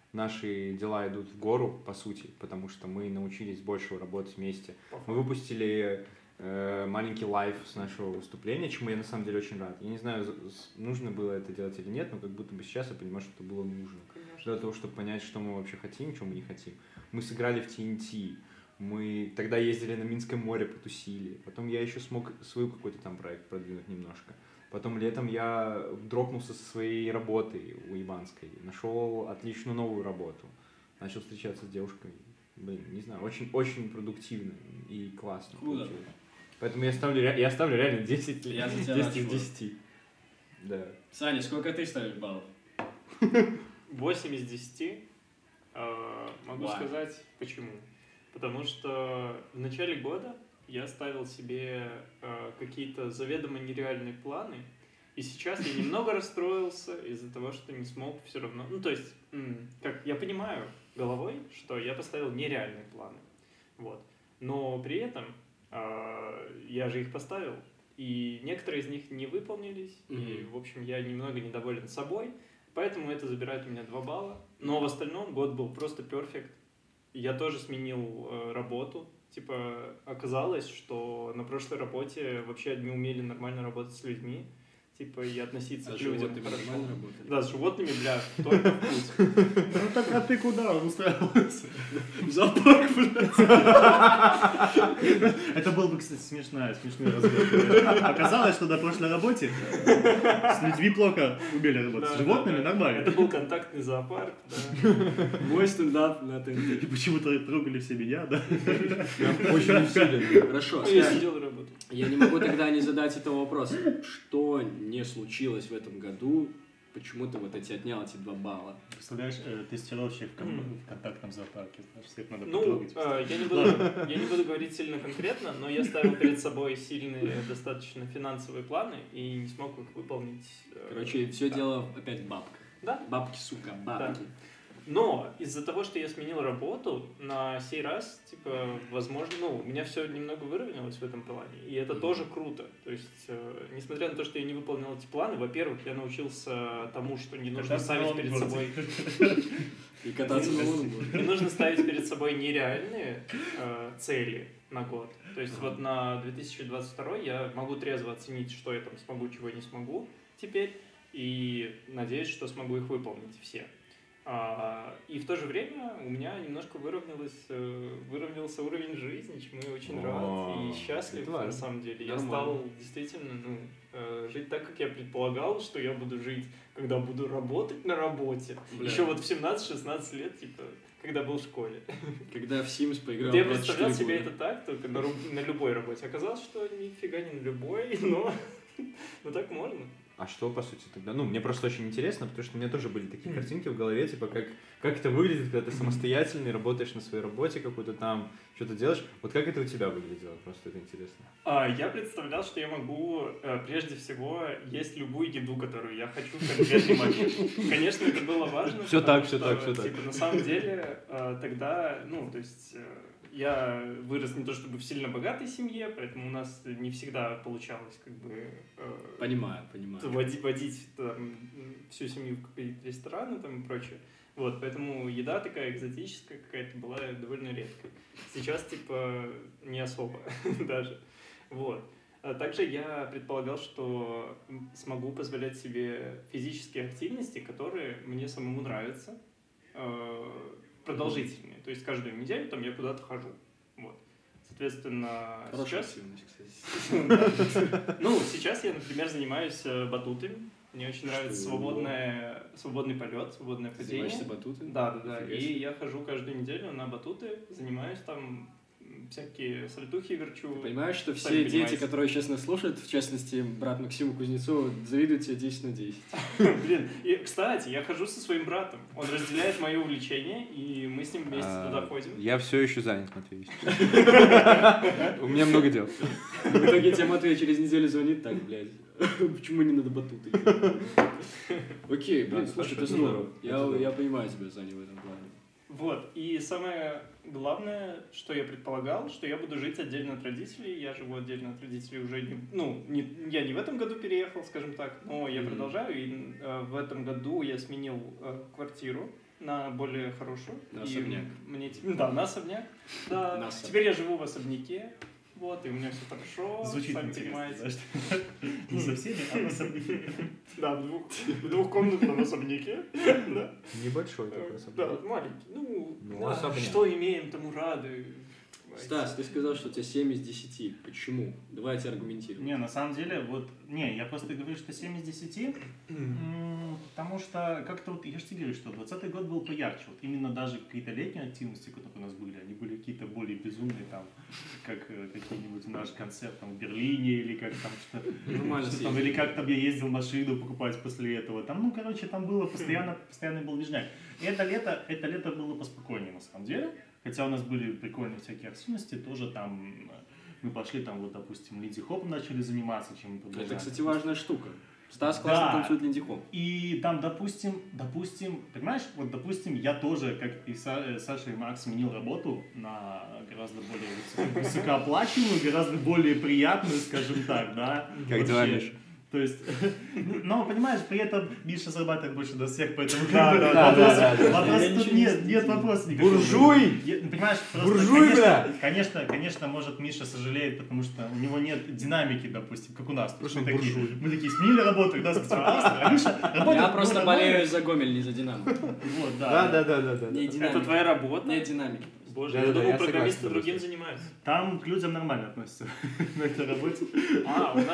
наши дела идут в гору, по сути, потому что мы научились больше работать вместе. Мы выпустили э, маленький лайв с нашего выступления, чему я на самом деле очень рад. Я не знаю, нужно было это делать или нет, но как будто бы сейчас я понимаю, что это было нужно. Конечно. Для того, чтобы понять, что мы вообще хотим, чего мы не хотим. Мы сыграли в ти эн ти, мы тогда ездили на Минское море, потусили. Потом я еще смог свой какой-то там проект продвинуть немножко. Потом летом я дропнулся со своей работы уебанской, нашел отличную новую работу, начал встречаться с девушкой. Блин, не знаю, очень-очень продуктивно и классно получилось. Поэтому я ставлю, я ставлю реально десять, я десять из десяти. Да. Саня, сколько ты ставишь баллов? восемь из десяти. Могу Why? сказать почему. Потому что в начале года я ставил себе э, какие-то заведомо нереальные планы, и сейчас я немного расстроился из-за того, что не смог все равно. Ну, то есть, м- как я понимаю головой, что я поставил нереальные планы. Вот. Но при этом э, я же их поставил, и некоторые из них не выполнились, mm-hmm. и, в общем, я немного недоволен собой, поэтому это забирает у меня два балла. Но в остальном год был просто перфект. Я тоже сменил э, работу. Типа, оказалось, что на прошлой работе вообще не умели нормально работать с людьми. Типа, и относиться а к людям хорошо. Нормально работали? Да, с животными, бля, только в путь. Ну так, а ты куда устраивался? В зоопарк, блядь. Это был бы, кстати, смешная, смешной разговор. Оказалось, что на прошлой работе с людьми плохо умели работать, с животными нормально. Это был контактный зоопарк, да. Мой стендап на ТНТ. И почему-то трогали все меня, да? Очень усиленно. Хорошо, Я скажи, сидел и работал. я не могу тогда не задать этого вопроса. Что не случилось в этом году? Почему ты вот эти отнял эти два балла? Представляешь, э, тестировщик в, кон- в контактном зоопарке, знаешь, всех надо Ну, потрогать. э, я, не буду, я не буду говорить сильно конкретно, но я ставил перед собой сильные достаточно финансовые планы и не смог их выполнить. э, Короче, все да. дело опять в бабках. Да. Бабки, сука, бабки. Но из-за того, что я сменил работу, на сей раз, типа, возможно, ну, у меня все немного выровнялось в этом плане, и это mm-hmm. тоже круто. То есть, э, несмотря на то, что я не выполнял эти планы, во-первых, я научился тому, что не нужно Кататься ставить на перед лонгборде. И собой... кататься на лонгборде. Не нужно ставить перед собой нереальные э, цели на год. То есть, вот на две тысячи двадцать второй я могу трезво оценить, что я там смогу, чего не смогу теперь, и надеюсь, что смогу их выполнить все. А, и в то же время у меня немножко выровнялось, э, выровнялся уровень жизни, чему я очень рад и счастлив на самом деле. Я стал действительно ну, э, жить так, как я предполагал, что я буду жить, когда буду работать на работе. Бля. Еще вот в семнадцать-шестнадцать лет, типа, когда был в школе. Когда в Sims поиграл. Я представлял себе это так, только на, на любой работе. Оказалось, что нифига не на любой, но, но так можно. А что, по сути, тогда? Ну, мне просто очень интересно, потому что у меня тоже были такие картинки в голове, типа, как, как это выглядит, когда ты самостоятельный, работаешь на своей работе какой-то там, что-то делаешь. Вот как это у тебя выглядело? Просто это интересно. А, я представлял, что я могу, э, прежде всего, есть любую еду, которую я хочу в конкретный момент. Конечно, это было важно. Все так, что, все так, все типа, так. На самом деле, э, тогда, ну, то есть... Э, я вырос не то чтобы в сильно богатой семье, поэтому у нас не всегда получалось как бы э, понимаю, понимаю. Водить, водить там, всю семью в какие-то рестораны там, и прочее. Вот, поэтому еда такая экзотическая какая-то была довольно редкой. Сейчас типа не особо даже. Вот. А также я предполагал, что смогу позволять себе физические активности, которые мне самому нравятся. Э, продолжительные. То есть каждую неделю там я куда-то хожу. Вот. Соответственно, хорошая сейчас... активность, кстати. Ну, сейчас я, например, занимаюсь батутами. Мне очень нравится свободное, свободный полет, свободное падение. Занимаешься батутами? Да, да, да. И я хожу каждую неделю на батуты, занимаюсь там всякие сальтухи верчу. Ты понимаешь, что все дети, которые сейчас нас слушают, в частности, брат Максима Кузнецова, завидуют тебе десять на десять. Блин, и, кстати, я хожу со своим братом. Он разделяет мое увлечение, и мы с ним вместе туда ходим. Я все еще занят, Матвей. У меня много дел. В итоге тебе Матвей через неделю звонит, так, блядь, почему не надо батуты? Окей, блин, слушай, это здорово. Я понимаю тебя, Саня, в этом плане. Вот, и самое главное, что я предполагал, что я буду жить отдельно от родителей. Я живу отдельно от родителей уже, не, ну, не, я не в этом году переехал, скажем так, но я mm-hmm. продолжаю. И э, в этом году я сменил э, квартиру, на более хорошую. На И особняк. Мне, те- да, на особняк. Да. На особняк. Теперь я живу в особняке. Вот, и у меня все хорошо. Звучит сами интересно, понимаете. да, что не со всеми, а на самом деле. Да, в, двух, в двухкомнатном особняке. Да. Небольшой такой Да, особняк. маленький. Ну, Ну, да, особняк. что имеем, тому рады. Стас, ты сказал, что у тебя семь из десяти. Почему? Давайте аргументируем. Не, на самом деле, вот, не, я просто говорю, что семь из десяти, м, потому что как-то вот, я же тебе говорю, что двадцатый год был поярче, вот именно даже какие-то летние активности, которые у нас были, они были какие-то более безумные, там, как э, какие-нибудь наш концерт там в Берлине, или как там что-то, Нормально что там, съездили. или как там я ездил машину покупать после этого, там, ну, короче, там было постоянно, постоянный был движняк. И это лето, это лето было поспокойнее, на самом деле. Хотя у нас были прикольные всякие активности, тоже там мы пошли там, вот, допустим, линди-хопом начали заниматься, чем мы Это, продолжаем. кстати, важная штука. Стас классно Да. танцует линди-хоп. И там, допустим, допустим, понимаешь, вот, допустим, я тоже, как и Са- э, Саша и Макс, сменил работу на гораздо более высоко- высокооплачиваемую, гораздо более приятную, скажем так, да. Как дела, Вообще. Миша? То есть, но, понимаешь, при этом Миша зарабатывает больше нас всех, поэтому Да, как бы, да, да, вопрос- да, да. вопрос Я тут ничего не нет, знаю. нет вопроса никакого. Буржуй! Я- ну, понимаешь, просто, Буржуй, конечно, бля! конечно, конечно, может, Миша сожалеет, потому что у него нет динамики, допустим, как у нас. То есть Потому мы, что он такие, буржуй. мы такие сменили работу, да, специалисты, а Миша работает. Я ну, просто нормально. болею за Гомель, не за Динамо. Вот, Да, да. да, да, да, да. Не да. динамики. Это твоя работа? Нет динамики. Боже, Да, я да, да, думал, я программисты согласен, другим согласен. занимаются. Там к людям нормально относятся на этой работе. А, у нас...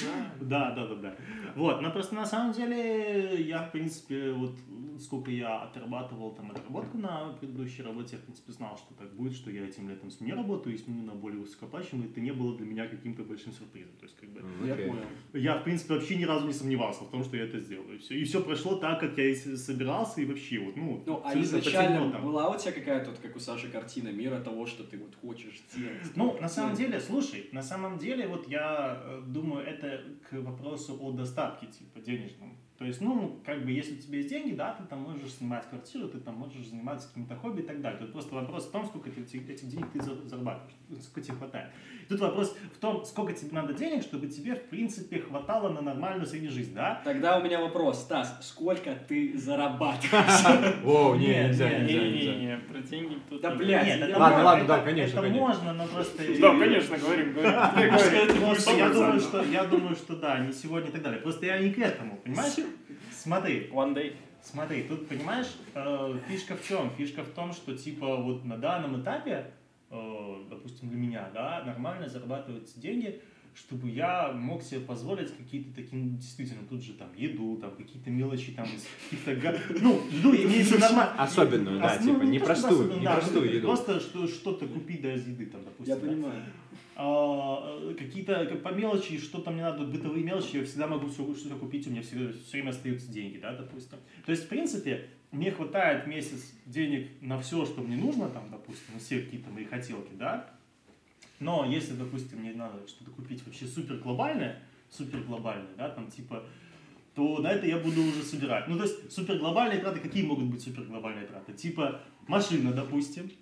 Да, да, да, да. Вот, но просто на самом деле я, в принципе, вот сколько я отрабатывал там отработку на предыдущей работе, я, в принципе, знал, что так будет, что я этим летом сменю работу и сменю на более высокооплачиваемую, это не было для меня каким-то большим сюрпризом. То есть, как бы, М, Я окей. понял. я, в принципе, вообще ни разу не сомневался в том, что я это сделаю. И все, и все прошло так, как я и с- собирался, и вообще, вот, ну, Ну, а абсолютно изначально потянуло там. была у тебя какая-то, вот, как у Саши, картина мира того, что ты вот хочешь сделать? Ну, на самом деле, слушай, на самом деле, вот я э, думаю, это к вопросу о достатке, типа, денежном. То есть, ну, как бы, если у тебя есть деньги, да, ты там можешь снимать квартиру, ты там можешь заниматься каким-то хобби и так далее. Тут просто вопрос в том, сколько ты, этих этих денег ты за- зарабатываешь, сколько тебе хватает. Тут вопрос в том, сколько тебе надо денег, чтобы тебе, в принципе, хватало на нормальную среднюю жизнь, да? Тогда у меня вопрос, Стас, сколько ты зарабатываешь? Воу, не, Нет, нельзя, нет, нельзя, нельзя. Не-не-не, про деньги тут... Да, не блядь, Нет, я- это Ладно, можно, ладно, это- да, конечно, это конечно. можно, но просто... Да, конечно, говорим, говорим. Просто я думаю, что, я думаю, что да, не сегодня и так далее. Просто я не к этому, понимаешь? Смотри, One day. смотри, тут, понимаешь, э, фишка в чем? Фишка в том, что, типа, вот на данном этапе, э, допустим, для меня, да, нормально зарабатываются деньги, чтобы я мог себе позволить какие-то такие, ну, действительно, тут же там еду, там какие-то мелочи, там, из каких-то, га- ну, еду я имею в виду нормально. Особенную, да, Ну, типа, не не то, что простую, особенно, не да, простую ну, еду. Просто что, что-то купить, да, из еды, там, допустим. Я да. понимаю. А, какие-то как по мелочи, что там мне надо, бытовые мелочи, я всегда могу все, что купить, у меня все, все время остаются деньги, да, допустим. То есть, в принципе, мне хватает в месяц денег на все, что мне нужно, там, допустим, на все какие-то мои хотелки, да. Но если, допустим, мне надо что-то купить вообще супер глобальное, супер глобальное, да, там, типа, то на это я буду уже собирать. Ну, то есть, супер глобальные траты, какие могут быть супер глобальные траты? Типа, машина, допустим.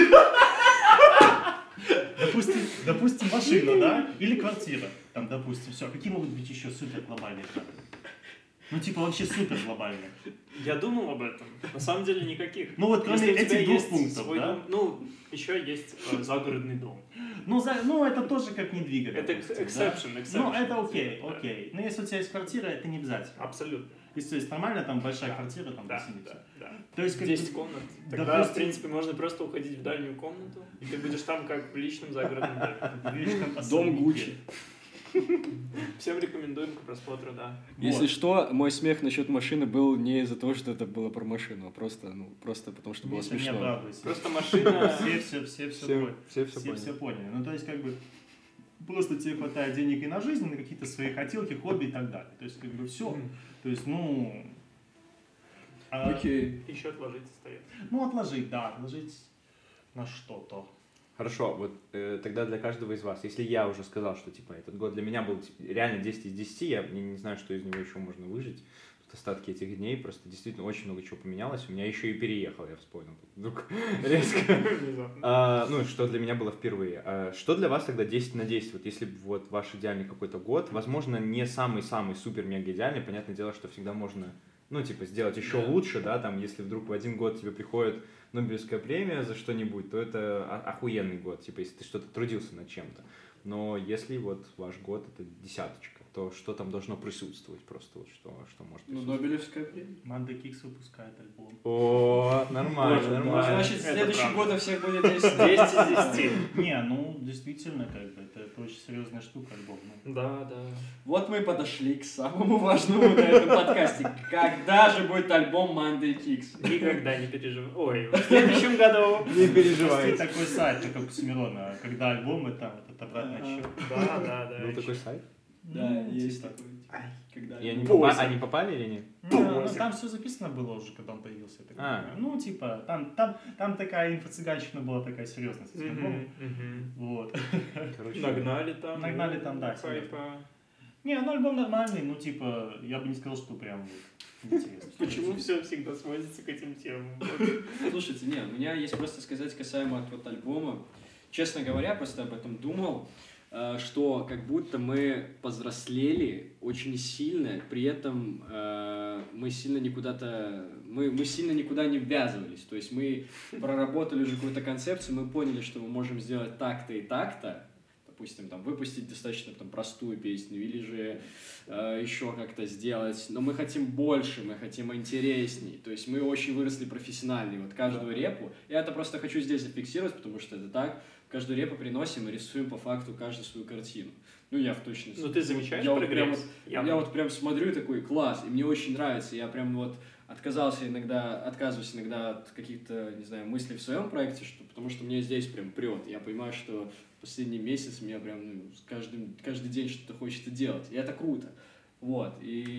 Допустим, допустим, машина, да, или квартира, там, допустим, все. Какие могут быть еще супер глобальные траты? Ну, типа, вообще супер глобальные. Я думал об этом. На самом деле никаких. Ну, вот кроме Если у тебя этих двух есть пунктов, свой да? дом, ну, еще есть э, загородный дом. Ну, за, ну, это тоже как не двигать. Это допустим, exception, да? exception. Ну, это окей, Да. окей. Но если у тебя есть квартира, это не обязательно. Абсолютно. Если есть нормально, там большая Да. квартира, там Да, восемь. да, да. То есть, как десять бы, комнат. Тогда, допустим- в принципе, можно просто уходить в дальнюю комнату, и ты будешь там как в личном загородном доме. видишь, там Дом особняки. Гуччи. Всем рекомендуем к просмотру, да. Если Вот. что, мой смех насчет машины был не из-за того, что это было про машину, а просто, ну, просто потому что было Миша, не смешно. оправдывайся. Просто машина... Все, все, все, все, Все, поняли. все, все Все, все поняли. поняли. Ну, то есть, как бы, просто тебе хватает денег и на жизнь, и на какие-то свои хотелки, хобби и так далее. То есть, как бы, все. То есть, ну... а, Окей. Еще отложить остается. Ну, отложить, да, отложить на что-то. Хорошо, вот э, тогда для каждого из вас, если я уже сказал, что типа этот год для меня был типа, реально десять из десяти, я не, не знаю, что из него еще можно выжить, тут остатки этих дней, просто действительно очень много чего поменялось, у меня еще и переехал, я вспомнил, тут вдруг резко. Внезапно. А, ну, что для меня было впервые. А что для вас тогда десять на десять? Вот если бы вот ваш идеальный какой-то год, возможно, не самый-самый супер-мега идеальный, понятное дело, что всегда можно ну, типа, сделать еще Да. лучше, да, там, если вдруг в один год тебе приходит Нобелевская премия за что-нибудь, то это о- охуенный год, типа, если ты что-то трудился над чем-то. Но если вот ваш год это десяточка, то что там должно присутствовать просто, вот что, что может Ну, присутствовать? Нобелевская премия. Манда Кикс выпускает альбом. О, нормально, Боже, ну, нормально. значит, Это следующий правда. год у всех будет десять. десять из десяти. Не, ну, действительно, как бы, это, это очень серьезная штука, альбом. Ну, Да, да. Вот мы и подошли к самому важному на этом подкасте. Когда же будет альбом Monday Kicks? Никогда не переживай. Ой, в следующем году. Не Есть переживайте. такой сайт, как у Оксимирона, когда альбомы там, вот это обратный Ага. отсчет. Да, да, да. Был еще. такой сайт? Да, Ну, есть типа. такой. Когда И они, Восемь. попа- они попали или нет? Ну, ну, там все записано было уже, когда он появился. я так А. понимаю. Ну, типа, там, там, там такая инфо-цыганщина была такая серьезная с этим альбомом. Мгм, мгм. Вот. Короче, Нагнали там. Нагнали там, да, Хайпа. Не, ну альбом нормальный, ну, типа, я бы не сказал, что прям вот интересно. Почему все всегда сводится к этим темам? Слушайте, не, у меня есть просто сказать касаемо от вот альбома. Честно говоря, просто об этом думал, э, что как будто мы повзрослели очень сильно, при этом э, мы сильно никуда-то, мы, мы сильно никуда не ввязывались. То есть мы проработали уже какую-то концепцию, мы поняли, что мы можем сделать так-то и так-то, допустим, там, выпустить достаточно там, простую песню или же э, еще как-то сделать, но мы хотим больше, мы хотим интересней, то есть мы очень выросли профессиональнее, вот каждую репу, я это просто хочу здесь зафиксировать, потому что это так, каждую репу приносим и рисуем по факту каждую свою картину. Ну, я в точности. Ну, ты замечаешь я вот прям прогресс? вот- Явно. Я вот прям смотрю и такой, класс, и мне очень нравится, я прям вот отказался иногда, отказываюсь иногда от каких-то, не знаю, мыслей в своем проекте, что, потому что мне здесь прям прет, я понимаю, что последний месяц меня прям ну, с каждым, каждый день что-то хочется делать, и это круто. Вот,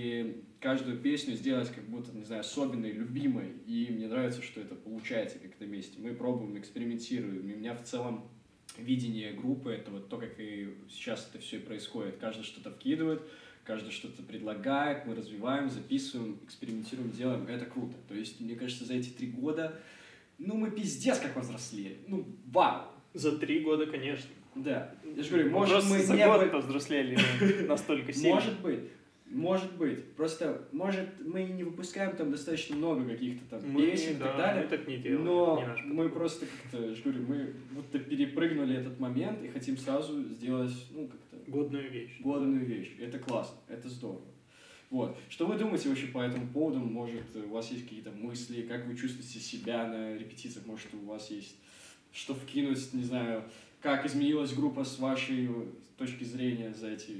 и каждую песню сделать как будто, не знаю, особенной, любимой, и мне нравится, что это получается как-то вместе. Мы пробуем, экспериментируем, и у меня в целом видение группы, это вот то, как и сейчас это все и происходит. Каждый что-то вкидывает, каждый что-то предлагает, мы развиваем, записываем, экспериментируем, делаем, это круто. То есть, мне кажется, за эти три года, ну, мы пиздец как возрослели. Ну, вау! За три года, конечно. Да. Я же говорю, Мы может, просто мы за не год были- повзрослели настолько сильно. Может быть. Может быть. Просто, может, мы и не выпускаем там достаточно много каких-то там Мы, песен и да, так далее. мы так не делаем. Но не наш мы подход. просто как-то, я же говорю, мы будто перепрыгнули этот момент и хотим сразу сделать, ну, как-то Годную вещь. годную вещь. Это классно, это здорово. Вот. Что вы думаете вообще по этому поводу? Может, у вас есть какие-то мысли, как вы чувствуете себя на репетициях? Может, у вас есть что вкинуть, не знаю, как изменилась группа с вашей точки зрения за эти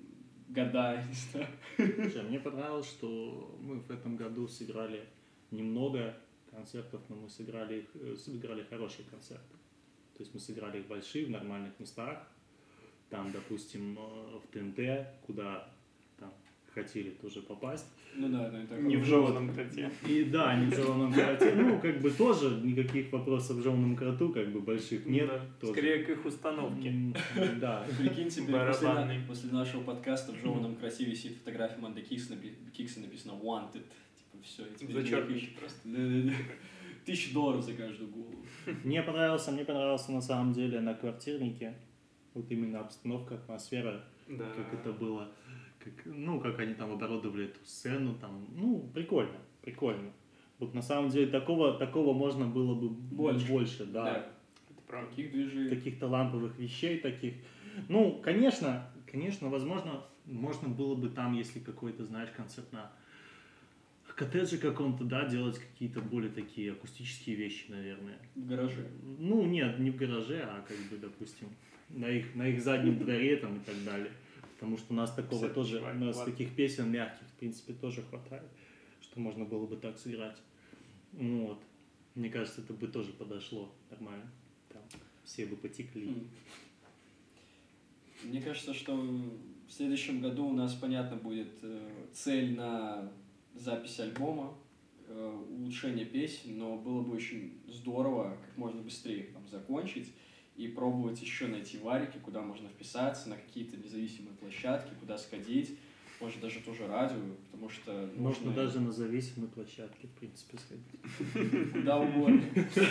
года, не знаю. Слушай, мне понравилось, что мы в этом году сыграли немного концертов, но мы сыграли их, э, сыграли хорошие концерты. То есть мы сыграли их большие, в нормальных местах. Там, допустим, э, в ТНТ, куда там хотели тоже попасть. Ну да, да, это Не в жеваном кроте. И да, не в жеваном кроте. Ну, как бы тоже никаких вопросов в жеваном кроту, как бы больших нет. Да, тоже. скорее к их установке. М, Да. Прикинь себе, после, на- Барабанный. после нашего подкаста в жеваном красе висит фотография Манды Кикс, напи- Кикса написано «Wanted». Типа, все, Зачеркнуть просто. Да-да-да. Тысяча долларов за каждую голову. Мне понравился, мне понравился на самом деле на квартирнике. Вот именно обстановка, атмосфера, Да. как это было, как, ну, как они там оборудовали эту сцену, там, ну, прикольно, прикольно. Вот на самом деле такого, такого можно было бы Больше. больше, да. Это правда. Таких движений. Каких-то ламповых вещей таких. Ну, конечно, конечно, возможно, можно было бы там, если какой-то, знаешь, концерт на коттедже каком-то, да, делать какие-то более такие акустические вещи, наверное. В гараже. Ну, нет, не в гараже, а как бы, допустим, на их, на их заднем дворе там и так далее. Потому что у нас такого Кстати, тоже, чувак, у нас ладно. таких песен мягких, в принципе, тоже хватает, что можно было бы так сыграть. Ну вот. Мне кажется, это бы тоже подошло нормально. Там все бы потекли. М. Мне кажется, что в следующем году у нас, понятно, будет э, цель на запись альбома, э, улучшение песен, но было бы очень здорово как можно быстрее их там закончить и пробовать еще найти варики, куда можно вписаться, на какие-то независимые площадки, куда сходить, может даже тоже радио, потому что Можно нужно даже на зависимой площадке, в принципе, сходить. куда угодно.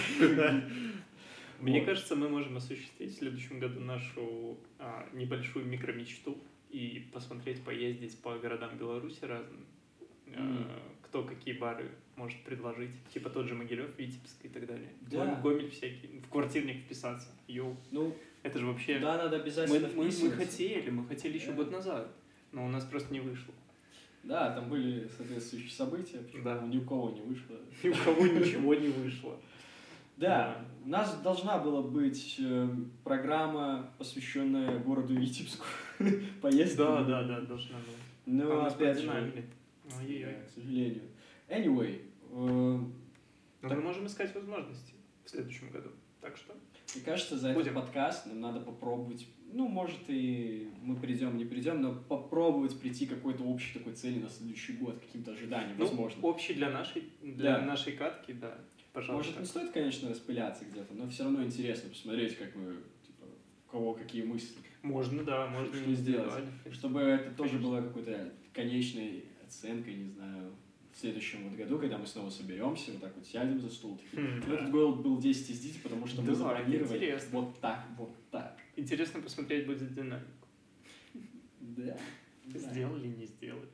Мне Вот. кажется, мы можем осуществить в следующем году нашу а, небольшую микромечту и посмотреть, поездить по городам Беларуси разным. э, Мгм. кто какие бары может предложить. Типа тот же Могилев, Витебск и так далее. Да. Гомель всякий. В квартирник вписаться. Йоу. Ну, Это же вообще... да, надо Мы, обязательно мы, мы вписываться. хотели, мы хотели еще Да. год назад. Но у нас просто не вышло. Да, там были соответствующие события, почему Да. ни у кого не вышло. Ни у кого ничего не вышло. Да, у нас должна была быть э, программа, посвященная городу Витебску. Поездка. Да, да, да, должна была. Но А нас опять же, продинамили. да, Ой-ой-ой. к сожалению. Anyway, э, Но мы можем искать возможности в следующем году. Так что... мне кажется, за Будем. этот подкаст нам надо попробовать, ну, может, и мы придем, не придем, но попробовать прийти к какой-то общей такой цели на следующий год, к каким-то ожиданиям, Ну, возможно. общий для нашей, для Да. нашей катки, да. Пожалуйста. Может, не стоит, конечно, распыляться где-то, но все равно интересно посмотреть, как мы, типа, у кого какие мысли. Можно, да, можно Что сделать? индивидуально, в принципе. Чтобы это тоже было какой-то конечной оценкой, не знаю, в следующем вот году, когда мы снова соберемся, вот так вот сядем за стол. Такие, Хм, «Ну, да. этот год был десять из десяти, потому что мы Да, запланировали это интересно. вот так, вот так. Интересно посмотреть будет динамику. Да. да. Сделали, не сделали.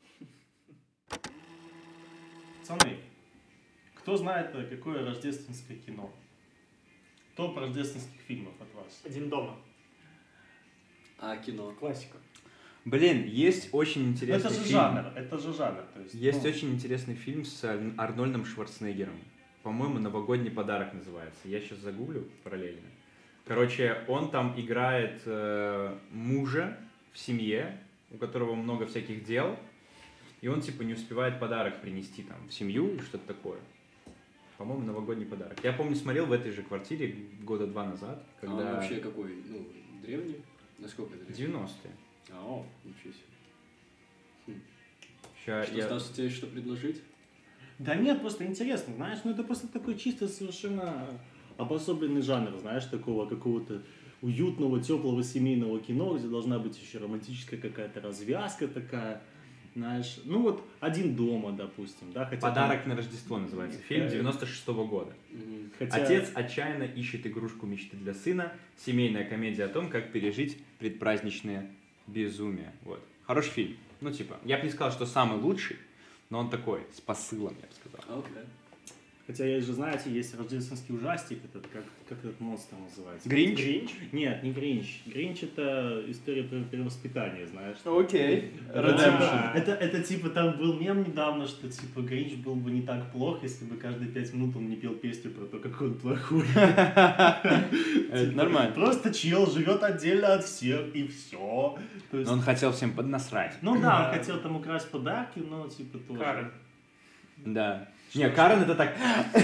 Пацаны, кто знает, э, какое рождественское кино? Топ рождественских фильмов от вас. Один дома. А кино? Классика. Блин, есть очень Ну, интересный это же фильм. жанр, это же жанр. То есть, Есть ну, очень интересный фильм с Ар- Арнольдом Шварценеггером. По-моему, «Новогодний подарок» называется. Я сейчас загуглю параллельно. Короче, он там играет э, мужа в семье, у которого много всяких дел, и он типа не успевает подарок принести там в семью или что-то такое. По-моему, «Новогодний подарок». Я помню, смотрел в этой же квартире года два назад, А он когда... вообще какой? Ну, древний? Насколько древний? девяностые. А, о, ничего себе. Ща Что, я- Стас, тебе что предложить? Да нет, просто интересно, знаешь, ну это просто такой чисто совершенно обособленный жанр, знаешь, такого какого-то уютного, теплого семейного кино, где должна быть еще романтическая какая-то развязка такая, знаешь, ну вот «Один дома», допустим, да, хотя «Подарок там- на Рождество» называется. Фильм девяносто шестого года. Мгм. хотя- Отец отчаянно ищет игрушку мечты для сына. Семейная комедия о том, как пережить предпраздничное безумие. Вот. Хороший фильм. Ну, типа, я бы не сказал, что самый лучший, но он такой, с посылом, я бы сказал. Окей. Хотя есть же, знаете, есть рождественский ужастик, этот, как, как этот монстр называется? Гринч? Гринч? Нет, не Гринч. Гринч это история про перевоспитание, знаешь. Окей. Это, типа, это, это типа там был мем недавно, что типа Гринч был бы не так плох, если бы каждые пять минут он не пел песню про то, какой он плохой. Это нормально. Просто чел живет отдельно от всех и все. Но он хотел всем поднасрать. Ну да, он хотел там украсть подарки, но типа тоже. Карен. Да. Не, Карен это так...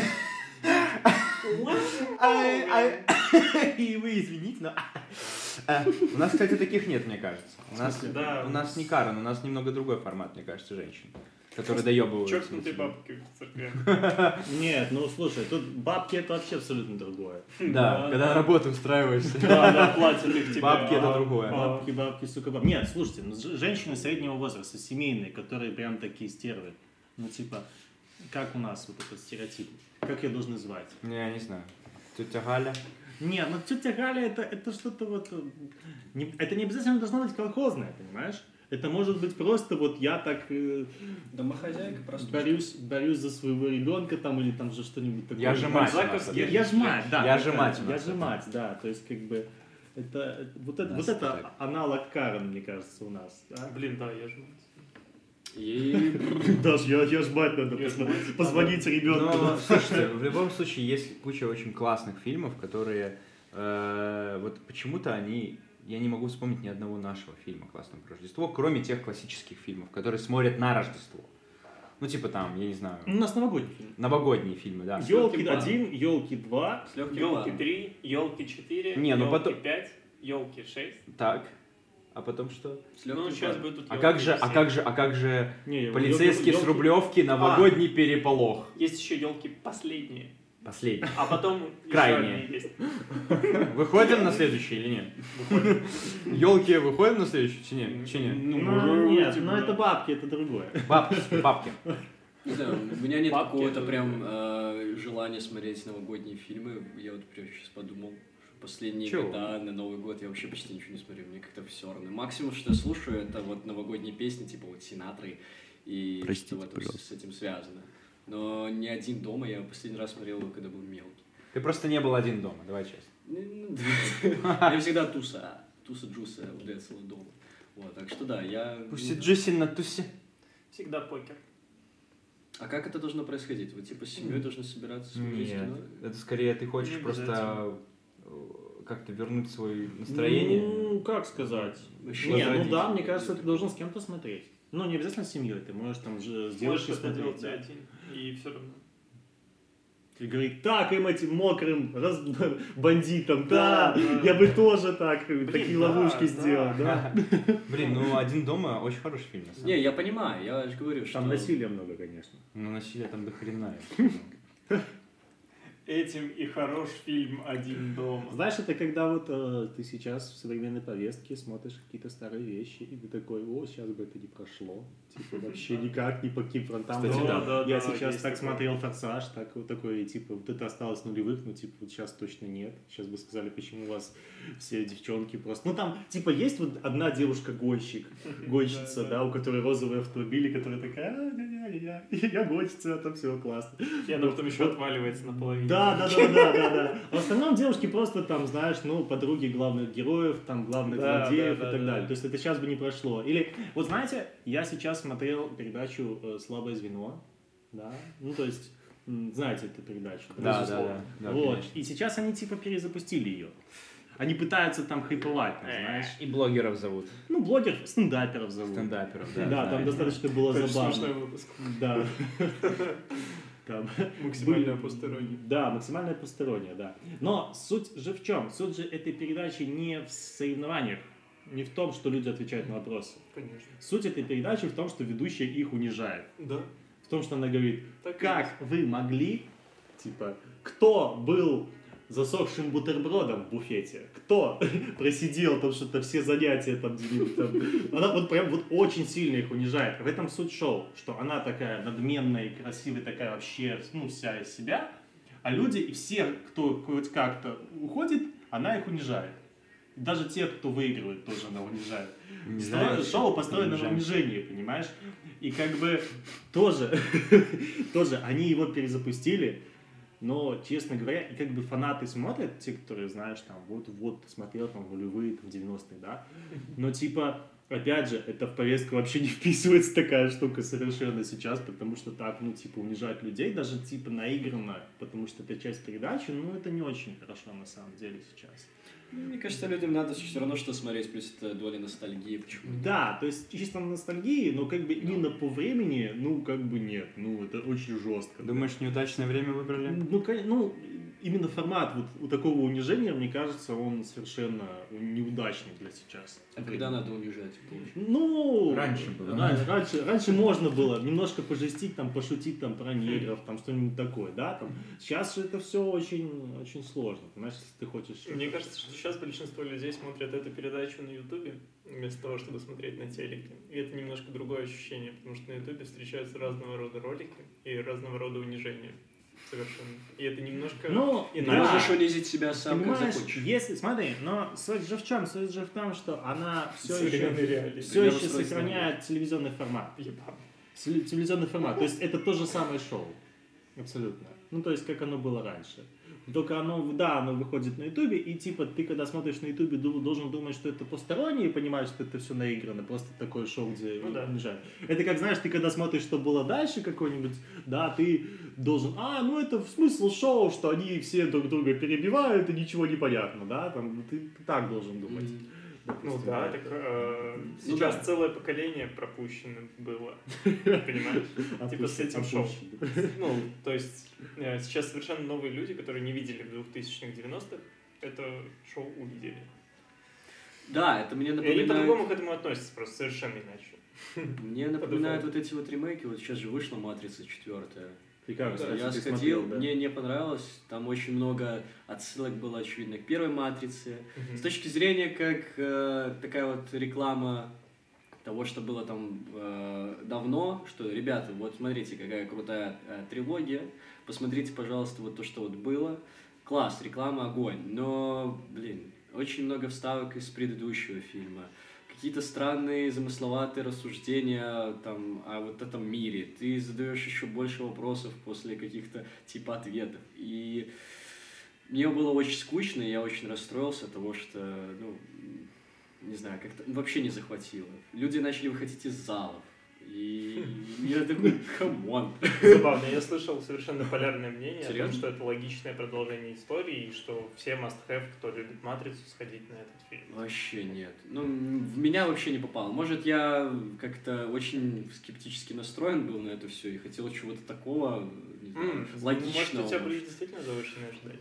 Ай, ай. И вы извините, но... А, У нас, кстати, таких нет, мне кажется. У нас, Да. у нас не Карен, у нас немного другой формат, мне кажется, женщин, которые доебываются. на Чокнутые себя. бабки в церкви. Нет, ну слушай, тут бабки это вообще абсолютно другое. Да, когда на работу устраиваешься. Да, да, платят их тебе. Бабки это А, другое. а. Бабки, бабки, сука, бабки. Нет, слушайте, ну, ж- женщины среднего возраста, семейные, которые прям такие стервы. Ну, типа, как у нас вот этот стереотип? Как ее должны звать? Не, я не знаю. Тетя Галя. Не, ну тетя Галя это, это что-то вот... э, Не, это не обязательно должно быть колхозное, понимаешь? Это может быть просто вот я так э, Домохозяйка просто. борюсь, борюсь за своего ребенка там или там же что-нибудь такое. Я же мать. Бальзаковский. Я, я ж мать, да. Я это- же мать у Я нас же это. мать, да. То есть как бы это, это- вот это, Нас вот это так. аналог Карен, мне кажется, у нас. да? Блин, да, я же... И... Даш, я, я ж мать, надо Я ж посмо- мать. позвонить ребенку. Но, слушайте, в любом случае есть куча очень классных фильмов, которые э, вот почему-то они... Я не могу вспомнить ни одного нашего фильма классного про Рождество, кроме тех классических фильмов, которые смотрят на Рождество. Ну, типа там, я не знаю, У нас новогодний фильм. новогодние фильмы, да. Елки легким один, елки два. С легким Елки планом. три, елки четыре, Не, ну елки потом- пять, елки шесть. Так, а потом что? С легким Ну, сейчас планом. будут А елки как же, а семь. как же, а как же Не, полицейский елки- с Рублевки, новогодний переполох? Есть еще елки последние. Последний. А потом еще Крайние. одни есть. Выходим на следующий или нет? Выходит. Елки выходим на следующий? Чи нет? Чи нет? Ну, может нет, быть, но да. это бабки, это другое. Бабки, бабки. Не знаю, у меня нет Бабки какого-то это- прям э, желания смотреть новогодние фильмы. Я вот прям сейчас подумал, что последние Чего? года на Новый год я вообще почти ничего не смотрю, мне как-то все равно. Максимум, что я слушаю, это вот новогодние песни, типа вот Синатры и Простите, что-то вот пожалуйста. с этим связано. Но не один дома, я последний раз смотрел его, когда был мелкий. Ты просто не был один дома, давай честно. Ну, Я всегда туса, туса-джуса у Децела дома. Вот, так что да, я... Пусть Джуси на тусе. Всегда покер. А как это должно происходить? Вы типа с семьей должны собираться, смотреть Нет, кино? это скорее ты хочешь Не просто обязательно. э, как-то вернуть свое настроение. Ну, как сказать? Вообще Не, ну возродить. да, мне кажется, ты должен с кем-то смотреть. Ну, не обязательно с семьей, ты можешь там же сделать и Можешь это смотреть. делать Да. один, и все равно. И говорит, так им этим мокрым раз... бандитам, Да, да, да. я бы тоже так, такие да, ловушки да. сделал, да. Блин, ну «Один дома» очень хороший фильм, на самом Не, деле. я понимаю, я же говорю, что... Там насилия много, конечно. Но насилия там до хрена. Этим и хорош фильм «Один дома». Знаешь, это когда вот э, ты сейчас в современной повестке смотришь какие-то старые вещи, и ты такой, о, сейчас бы это не прошло. Типа вообще никак, ни по каким фронтам. Кстати, Вот да, да, я да, сейчас есть так такое. смотрел «Форсаж», так, вот такой, типа, вот это осталось нулевых, ну, типа, вот сейчас точно нет. Сейчас бы сказали, почему у вас все девчонки просто... Ну, там, типа, есть вот одна девушка-гонщик, гонщица, да, у которой розовые автомобили, которая такая, а, я, я, я, я гонщица, там все классно. И она потом еще отваливается наполовину. Да, да, да, да, да, да. А в остальном девушки просто там, знаешь, ну, подруги главных героев, там, главных Да, злодеев да, и да, так да. далее. То есть это сейчас бы не прошло. Или, вот знаете, я сейчас смотрел передачу э, «Слабое звено», да, ну, то есть, м, знаете эту передачу? Да, да, Безусловно. да. да, Вот, конечно. и сейчас они, типа, перезапустили ее. Они пытаются там хайповать, там, Э. знаешь. И блогеров зовут. Ну, блогеров, стендаперов зовут. Стендаперов, да. Да, знаю. там достаточно было Очень забавно. смешной выпуск. Да. Там. Максимальная Были- посторонняя. Да, максимальная посторонняя, да. Но суть же в чем? Суть же этой передачи не в соревнованиях, не в том, что люди отвечают на вопросы. Конечно. Суть этой передачи в том, что ведущая их унижает. Да. В том, что она говорит, Так и как вы могли, типа, кто был засохшим бутербродом в буфете, кто просидел там что-то все занятия там где-нибудь там. Она вот прям вот очень сильно их унижает. В этом суть шоу, что она такая надменная и красивая, такая вообще, ну, вся из себя, а люди, и все, кто хоть как-то уходит, она их унижает. Даже тех, кто выигрывает, тоже она унижает. Унижает. Шоу построено на Унижает. унижении, понимаешь? И как бы тоже, тоже они его перезапустили, но, честно говоря, и как бы фанаты смотрят, те, которые, знаешь, там, вот, вот, ты смотрел там нулевые, там, девяностые, да, но типа, опять же, это в повестку вообще не вписывается такая штука совершенно сейчас, потому что так, ну, типа, унижать людей, даже, типа, наигранно, потому что это часть передачи, ну, это не очень хорошо на самом деле сейчас. Мне кажется, людям надо все равно что смотреть, плюс это доля ностальгии. Почему? Да, то есть чисто на ностальгии, но как бы именно по времени, ну, как бы нет, ну, это очень жестко. Думаешь, неудачное время выбрали? Ну, кон- ну, именно формат вот у такого унижения, мне кажется, он совершенно неудачный для сейчас. А когда надо унижать? Ну, Раньше было. ран- Раньше, раньше можно было немножко пожестить, там, пошутить там про негров, там что-нибудь такое, да, там. Сейчас же это все очень, очень сложно, понимаешь, если ты хочешь... Мне кажется, что сейчас большинство людей смотрят эту передачу на Ютубе, вместо того, чтобы смотреть на телеке. И это немножко другое ощущение, потому что на Ютубе встречаются разного рода ролики и разного рода унижения. Совершенно. И это немножко Ну, Ты иначе. да. можешь унизить себя сам, как Понимаешь, захочешь. если, смотри, но суть же в чем? Суть же в том, что она все Современной еще, реалии. все Я еще устройство сохраняет телевизионный формат. Ебан. Теле- Телевизионный формат. То есть это то же самое шоу. Абсолютно. Ну, то есть, как оно было раньше. Только оно, да, оно выходит на Ютубе, и типа ты, когда смотришь на Ютубе, ду- должен думать, что это посторонние, и понимаешь, что это все наиграно, просто такое шоу, где Ну да. унижают. Это как, знаешь, ты когда смотришь, что было дальше какой-нибудь, да, ты должен, а, ну это смысл шоу, что они все друг друга перебивают, и ничего не понятно, да, там, ты, ты так должен думать. Ну Допустим, да, так э, Ну сейчас да. целое поколение пропущено было. Понимаешь? Типа с этим шоу. Опущено. Ну, то есть э, сейчас совершенно новые люди, которые не видели в двухтысячных девяностых, это шоу увидели. Да, это мне И они напоминает... по-другому к этому относятся, просто совершенно иначе. Мне напоминают вот эти вот ремейки, вот сейчас же вышла «Матрица» четвертая. И как, кстати, Я ты сходил, смотрел, да? мне не понравилось, там очень много отсылок было, очевидно, к первой «Матрице». Мгм. С точки зрения, как э, такая вот реклама того, что было там э, давно, что, ребята, вот смотрите, какая крутая э, трилогия, посмотрите, пожалуйста, вот то, что вот было. Класс, реклама огонь, но, блин, очень много вставок из предыдущего фильма, какие-то странные, замысловатые рассуждения там о вот этом мире. Ты задаешь еще больше вопросов после каких-то типа ответов. И мне было очень скучно, и я очень расстроился от того, что, ну, не знаю, как-то вообще не захватило. Люди начали выходить из залов. И я такой, камон. Забавно, я слышал совершенно полярное мнение о том, Серьезно? что это логичное продолжение истории, и что все must-have, кто любит «Матрицу», сходить на этот фильм. Вообще нет. Ну, в меня вообще не попало. Может, я как-то очень скептически настроен был на это все и хотел чего-то такого, не знаю, М, логичного. Может, у тебя были может. действительно завышенные ожидания?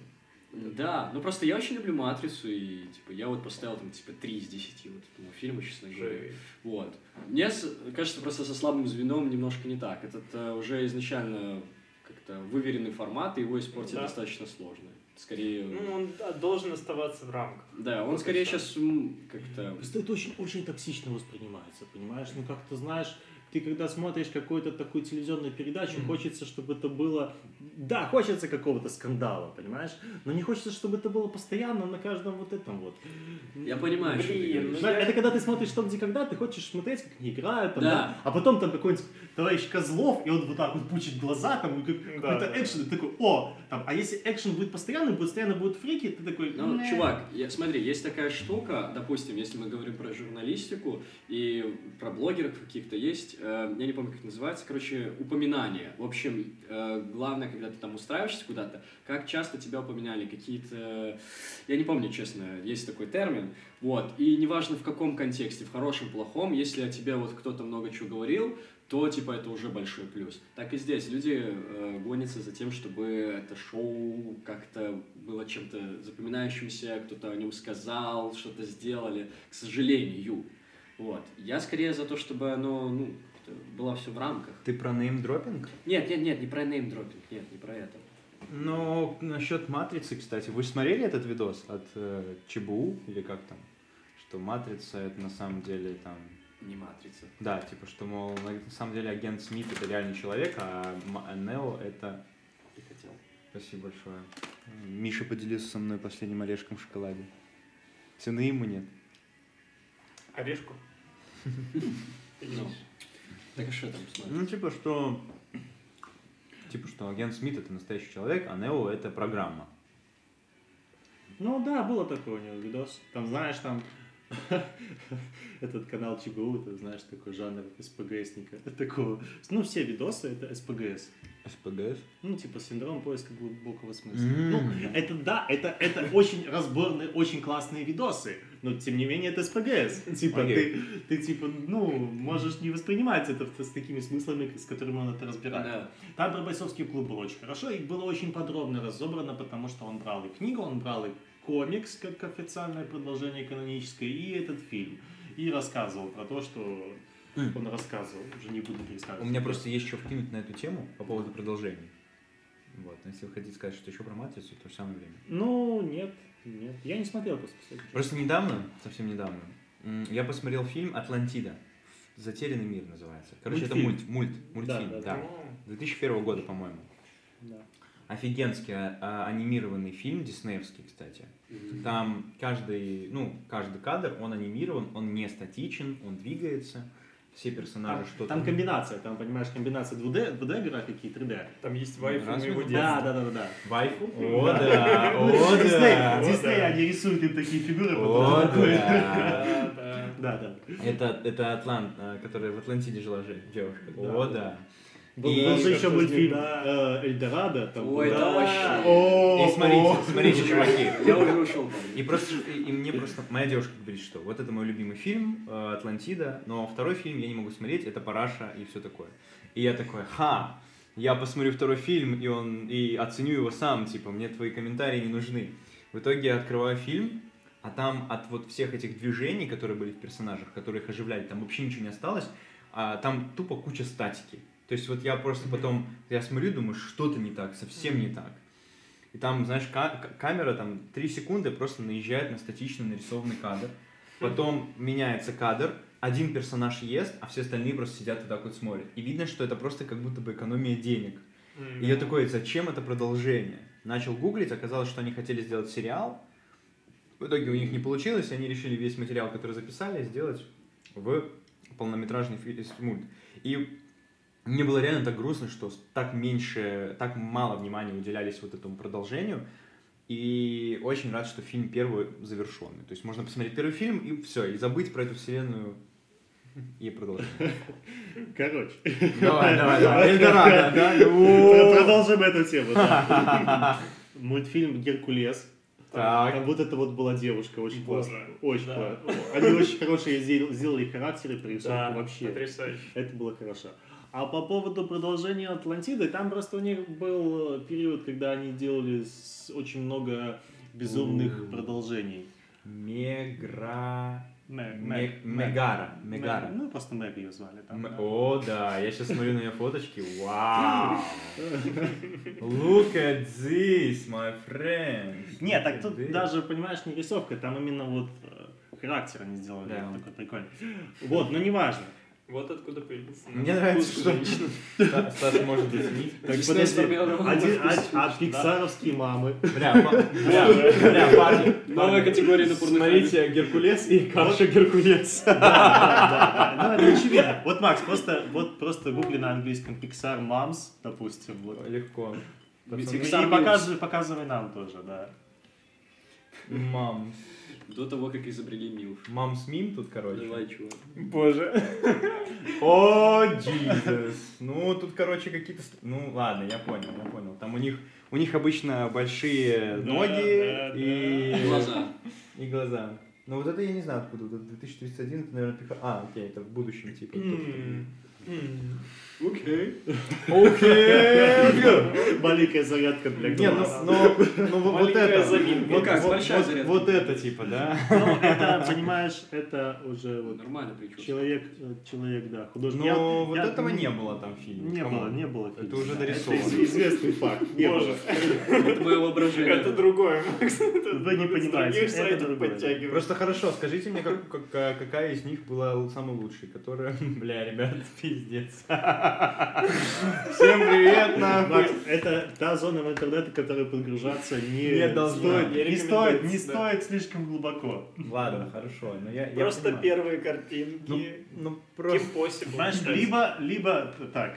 Да, ну просто я очень люблю «Матрицу», и типа я вот поставил там типа три из десяти вот этому фильму, честно говоря. Жесть. Вот. Мне с- кажется, просто со «Слабым звеном» немножко не так. Этот э, уже изначально как-то выверенный формат, и его испортить Да. достаточно сложно. Скорее... Ну, он да, должен оставаться в рамках. Да, он Вот скорее и всё. сейчас как-то... Просто это очень, очень токсично воспринимается, понимаешь? Ну, как ты знаешь, ты когда смотришь какую-то такую телевизионную передачу, Мгм. хочется, чтобы это было... Да, хочется какого-то скандала, понимаешь? Но не хочется, чтобы это было постоянно на каждом вот этом вот. Я понимаю, что ты Блин, говоришь. ну Знаешь, я- это когда ты смотришь «Что, где, когда», ты хочешь смотреть, как они играют, там, Да. да? А потом там какой-нибудь товарищ Козлов, и он вот так вот пучит глаза, там, и как- Да, какой-то да. экшен, и ты такой, о, там, а если экшен будет постоянным, постоянно будут фрики, ты такой, Ну, «Не». чувак, я, смотри, есть такая штука, допустим, если мы говорим про журналистику и про блогеров каких-то, есть, э, я не помню, как называется, короче, упоминания. В общем, э, главное, когда ты там устраиваешься куда-то, как часто тебя упоминали, какие-то... Я не помню, честно, есть такой термин. Вот, и неважно в каком контексте, в хорошем, плохом, если о тебе вот кто-то много чего говорил, то, типа, это уже большой плюс. Так и здесь. Люди э, гонятся за тем, чтобы это шоу как-то было чем-то запоминающимся, кто-то о нем сказал, что-то сделали. К сожалению. Вот. Я скорее за то, чтобы оно, ну, как-то было все в рамках. Ты про неймдропинг? Нет, нет, нет, не про неймдропинг, нет, не про это. Ну, насчет «Матрицы», кстати, вы же смотрели этот видос от э, ЧБУ, или как там? Что «Матрица» — это на самом деле там... Не матрица. Да, типа, что, мол, на на самом деле агент Смит — это реальный человек, а М- а Нео — это... Ты хотел. Спасибо большое. Миша поделился со мной последним орешком в шоколаде. Цены ему нет. Орешку? Ну, так а что там смотришь? Ну, типа, что... Типа, что агент Смит — это настоящий человек, а Нео — это программа. Ну да, было такое у него видос. Там, знаешь, там этот канал ЧБУ, ты знаешь, такой жанр СПГСника. Такого. Ну, все видосы это СПГС. СПГС? Ну, типа синдром поиска глубокого смысла. М. Ну, это да, это, это очень разборные, очень классные видосы. Но тем не менее это СПГС. Типа, Окей. ты, ты типа, ну, можешь не воспринимать это с такими смыслами, с которыми он это разбирает. Да. Там про бойцовский клуб было очень хорошо, и было очень подробно разобрано, потому что он брал и книгу, он брал и комикс, как официальное продолжение каноническое, и этот фильм. И рассказывал про то, что М. он рассказывал. Уже не буду пересказывать. У меня просто есть что вкинуть на эту тему по поводу продолжений. Вот, но если вы хотите сказать, что еще про «Матрицу», то самое время. Ну, нет, нет. Я не смотрел просто последний. Просто недавно, совсем недавно, м, я посмотрел фильм «Атлантида». «Затерянный мир» называется. Короче, это Мультфильм. мульт, мульт, мультфильм, Да, да. да, Ну, две тысячи первого года, по-моему. Да. Офигенский а, а, анимированный фильм, диснеевский, кстати. Мгм. Там каждый, ну, каждый кадр, он анимирован, он не статичен, он двигается. Все персонажи Там, что-то... там комбинация, там, понимаешь, комбинация два дэ, два дэ графики и три дэ. там есть вайфу Разве? моего Да, детства. да, да, да, да. Вайфу? О, Да. да, Ну, о, Дисней, да. Дисней, да. они рисуют им такие фигуры, О, потом такое. да. Да, да. Да, да. Это, это Атлант, а, которая в Атлантиде жила же девушка. Да. О, да. Был, И- был же еще Чёрт мультфильм возьми, э, Эльдорадо. Там Ой, был- это Да. вообще- О, И смотрите, о. смотрите, чуваки. Я уже ушел. И просто, и, и мне просто, моя девушка говорит, что вот это мой любимый фильм, э, «Атлантида», но второй фильм я не могу смотреть, это «Параша» и все такое. И я такой, ха, я посмотрю второй фильм, и он, и оценю его сам, типа, мне твои комментарии не нужны. В итоге я открываю фильм, а там от вот всех этих движений, которые были в персонажах, которые их оживляли, там вообще ничего не осталось, а там тупо куча статики. То есть вот я просто потом, я смотрю, думаю, что-то не так, совсем не так. И там, знаешь, ка- к- камера там три секунды просто наезжает на статично нарисованный кадр. Потом меняется кадр, один персонаж ест, а все остальные просто сидят и так вот смотрят. И видно, что это просто как будто бы экономия денег. И я такой, зачем это продолжение? Начал гуглить, оказалось, что они хотели сделать сериал. В итоге у них не получилось, и они решили весь материал, который записали, сделать в полнометражный фильм, мульт. И мне было реально так грустно, что так меньше, так мало внимания уделялись вот этому продолжению. И очень рад, что фильм первый завершенный. То есть можно посмотреть первый фильм и все, и забыть про эту вселенную и продолжить. Короче. Давай, давай, давай. Эльдорадо, да? Продолжим эту тему, да. Мультфильм «Геркулес». Так. Там вот это вот была девушка, очень Боже, классно. Очень да. классно. Они очень хорошие сделали, сделали характеры, прорисовку Да, вообще. потрясающе. Это было хорошо. А по поводу продолжения Атлантиды, там просто у них был период, когда они делали с- очень много безумных У. продолжений. Мегра... Мэ- Ме- Мэг- Мегара. Мэг- Мегара. Ну, просто Мэг ее звали там. М- да. О, да, я сейчас смотрю на ее фоточки. Вау! Look at this, my friend. Нет, так тут This. даже, понимаешь, не рисовка, там именно вот э, характер они сделали Да. такой прикольный. Вот, но неважно. Вот откуда появился. Мне нравится, что Ста- Стас может заценить. Так, Дисней подожди, сформировал один- вкус. а, а пиксаровские мамы. Бля, па- бля, бля, парни. Новая парни, категория на порнохабе. Смотрите, Геркулес и Каша Геркулес. Да, да, да. Ну, это очевидно. Вот, Макс, просто, вот просто гугли на английском Pixar Moms, допустим. Вот. Легко. И Pixar Moms. показывай, показывай нам тоже, да. Мам. До того, как изобрели Милф. Мам с мим тут, короче. Давай, чувак. Боже. О, Джизус. Ну, тут, короче, какие-то... ст- Ну, ладно, я понял, я понял. Там у них, у них обычно большие Да, ноги да, и... Глаза. И глаза. Ну, вот это я не знаю откуда. Вот это две тысячи тридцать один, это, наверное, пиха... А, окей, это в будущем, типа. М, м. Окей. Окей. Маленькая зарядка для Не, ну, глаз. но, ну, вот Маленькая это, заминка. вот, Ну как, вот, большая вот- зарядка. вот это, типа, да? Ну, это, понимаешь, это уже вот Нормально причем. человек, э, человек, да, художник. Но Я- вот я- этого не было там в фильме. Не Камон. было, не было. Это фильма, уже да. нарисовано. Это известный факт. Не Боже. было. Это мое воображение. Это другое, Макс. Это Вы не с понимаете, других это сайтов другое. подтягиваешь. Просто хорошо, скажите мне, как- как- какая из них была самой лучшей, которая... Бля, ребят, пиздец. Всем привет, нахуй. Макс, это та зона в интернете, которая погружаться не, Не должна. стоит, Не не, стоит, не рекомендуется, да. стоит слишком глубоко. Ладно, хорошо, но я, я Просто понимаю. первые картинки. Ну, ну, Kim просто... Possible. Знаешь, кстати. либо, либо так.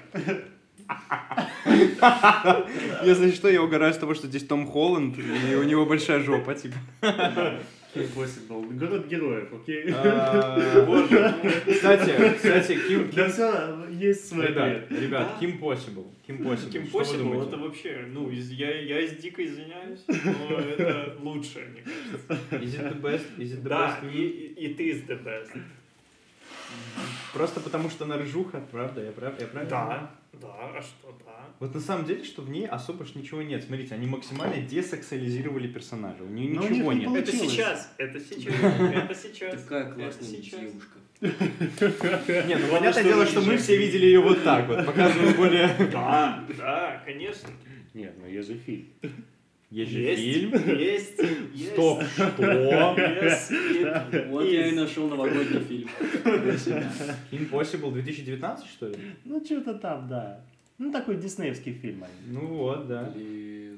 Если что, я угораю с того, что здесь Том Холланд, и у него большая жопа, типа. Kim Possible. Город героев, окей? А, Боже. Кстати, кстати, Ким... Для все есть свой Ребят, ответ. ребят, Kim Possible. Kim Possible. Kim Что вы Possible думаете? это вообще, ну, из- я, я из дико извиняюсь, но это лучшее, мне кажется. Is it the best? Is it the Да, best? и, и, и ты is the best. Просто потому, что она рыжуха, правда? Я прав? Я правильно? Да, да, а что, да. Вот на самом деле, что в ней особо ж ничего нет. Смотрите, они максимально десексуализировали персонажа. У нее Но у ничего них не нет. Это получилось. сейчас, это сейчас, это сейчас. Такая это классная сейчас. девушка. Не, ну Главное, понятное что дело, вы что мы не все видели ее вот так вот. Показывают более... Да, да, конечно. Нет, ну есть же фильм. Есть же Есть, фильм. есть, есть. Стоп, что? Yes, it Вот я и is. нашел новогодний фильм. Kim Possible две тысячи девятнадцать, что ли? Ну, что-то там, да. Ну, такой диснеевский фильм. они. Ну вот, да. Блин.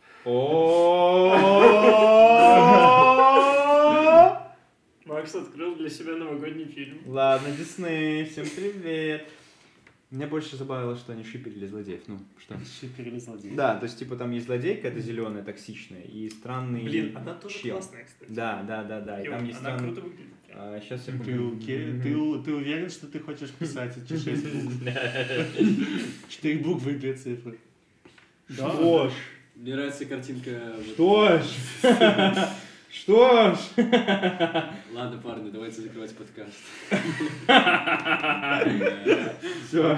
О. Макс открыл для себя новогодний фильм. Ладно, Дисней, всем привет. Меня больше забавило, что они шиперили злодеев. Ну, что? Шиперили злодей. Да, то есть, типа, там есть злодейка, это зеленая, токсичная, и странный Блин, она тоже чел. классная, кстати. Да, да, да, да. И Ё, там есть она странный... круто выглядит. А, сейчас я Ты, уке- ты, у- ты уверен, что ты хочешь писать эти шесть букв? Четыре буквы и две цифры. Что ж, Мне нравится картинка. вот- что ж, что ж. Ладно, парни, давайте закрывать подкаст. Все.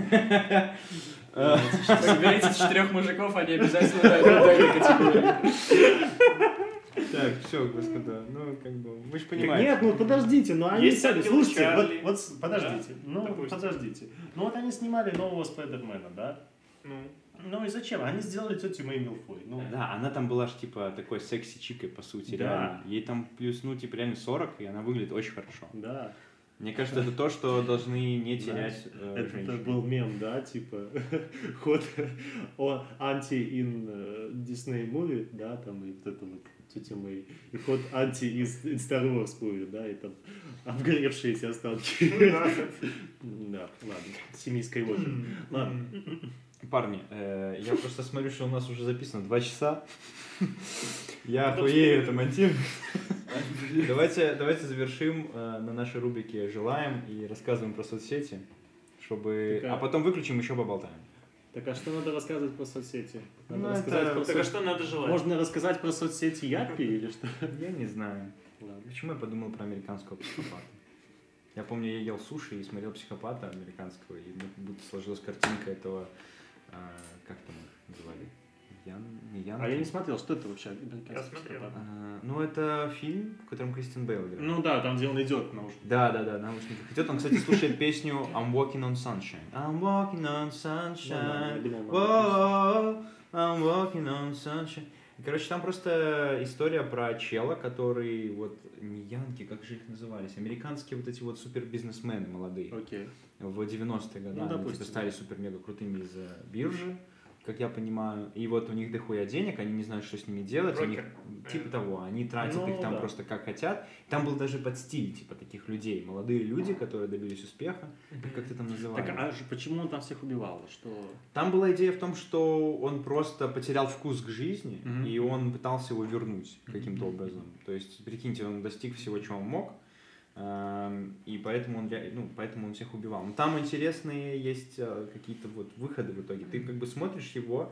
Соберите четырех мужиков, они обязательно дойдут до этой категории. Так, все, господа, ну, как бы, вы же Так понимаете. нет, ну подождите, ну они Есть сами, Ангел слушайте, вот, Чарли. вот с- подождите, Да, ну допустим. подождите. Ну вот они снимали нового Спайдермена, да? Ну, Ну и зачем? Они сделали тетю Мэй Милфой. Ну, Да, она там была ж типа такой секси-чикой, по сути, Да. реально. Ей там плюс, ну, типа, реально сорок, и она выглядит очень хорошо. да. Мне кажется, это то, что должны не Знаешь, терять э, Это женщины. был мем, да, типа ход о анти ин Disney movie, да, там и вот это вот тетя Мэй. И ход анти из, из Star Wars будет, да, и там обгоревшиеся останки. Да, ладно. Семьи Скайуокер. Ладно. Парни, э, я просто смотрю, что у нас уже записано два часа. Я охуею это монтирую. Давайте, давайте завершим э, на нашей рубрике «Желаем» и рассказываем про соцсети, чтобы... Так, а- А потом выключим, еще поболтаем. Так а что надо рассказывать про соцсети? Надо Ну, рассказать это- про Так а соц- что надо желать? Можно рассказать про соцсети Япи или что? Я не знаю. Ладно. Почему я подумал про американского психопата? Я помню, я ел суши и смотрел «Психопата» американского, и мне как будто сложилась картинка этого... а, как там их называли? Ян? Не Ян? А я не смотрел, что это вообще? Я смотрел. А, ну, это фильм, в котором Кристиан Бейл играет. Ну да, там где он идет на наушниках. Да, да, да, наушниках идет. Он, кстати, слушает песню I'm Walking on Sunshine. I'm walking on sunshine. Я думал, Whoa, I'm walking on sunshine. И, короче, там просто история про чела, который вот не янки, как же их назывались, американские вот эти вот супер бизнесмены молодые. Окей. В девяностые годы Ну, они допустим. типа стали супер мега крутыми из-за биржи, как я понимаю. И вот у них дохуя денег, они не знают, что с ними делать. У них, Брокер. типа того, они тратят Ну, их там да. просто как хотят. Там был даже под стиль типа таких людей. Молодые люди, которые добились успеха. Как ты там называли? Так а же почему он там всех убивал? Что? Там была идея в том, что он просто потерял вкус к жизни, Мгм. и он пытался его вернуть каким-то Мгм. образом. То есть, прикиньте, он достиг всего, чего он мог, эм, и поэтому он, ре- ну, поэтому он всех убивал. Но там интересные есть э, какие-то вот выходы в итоге. Ты как бы смотришь его,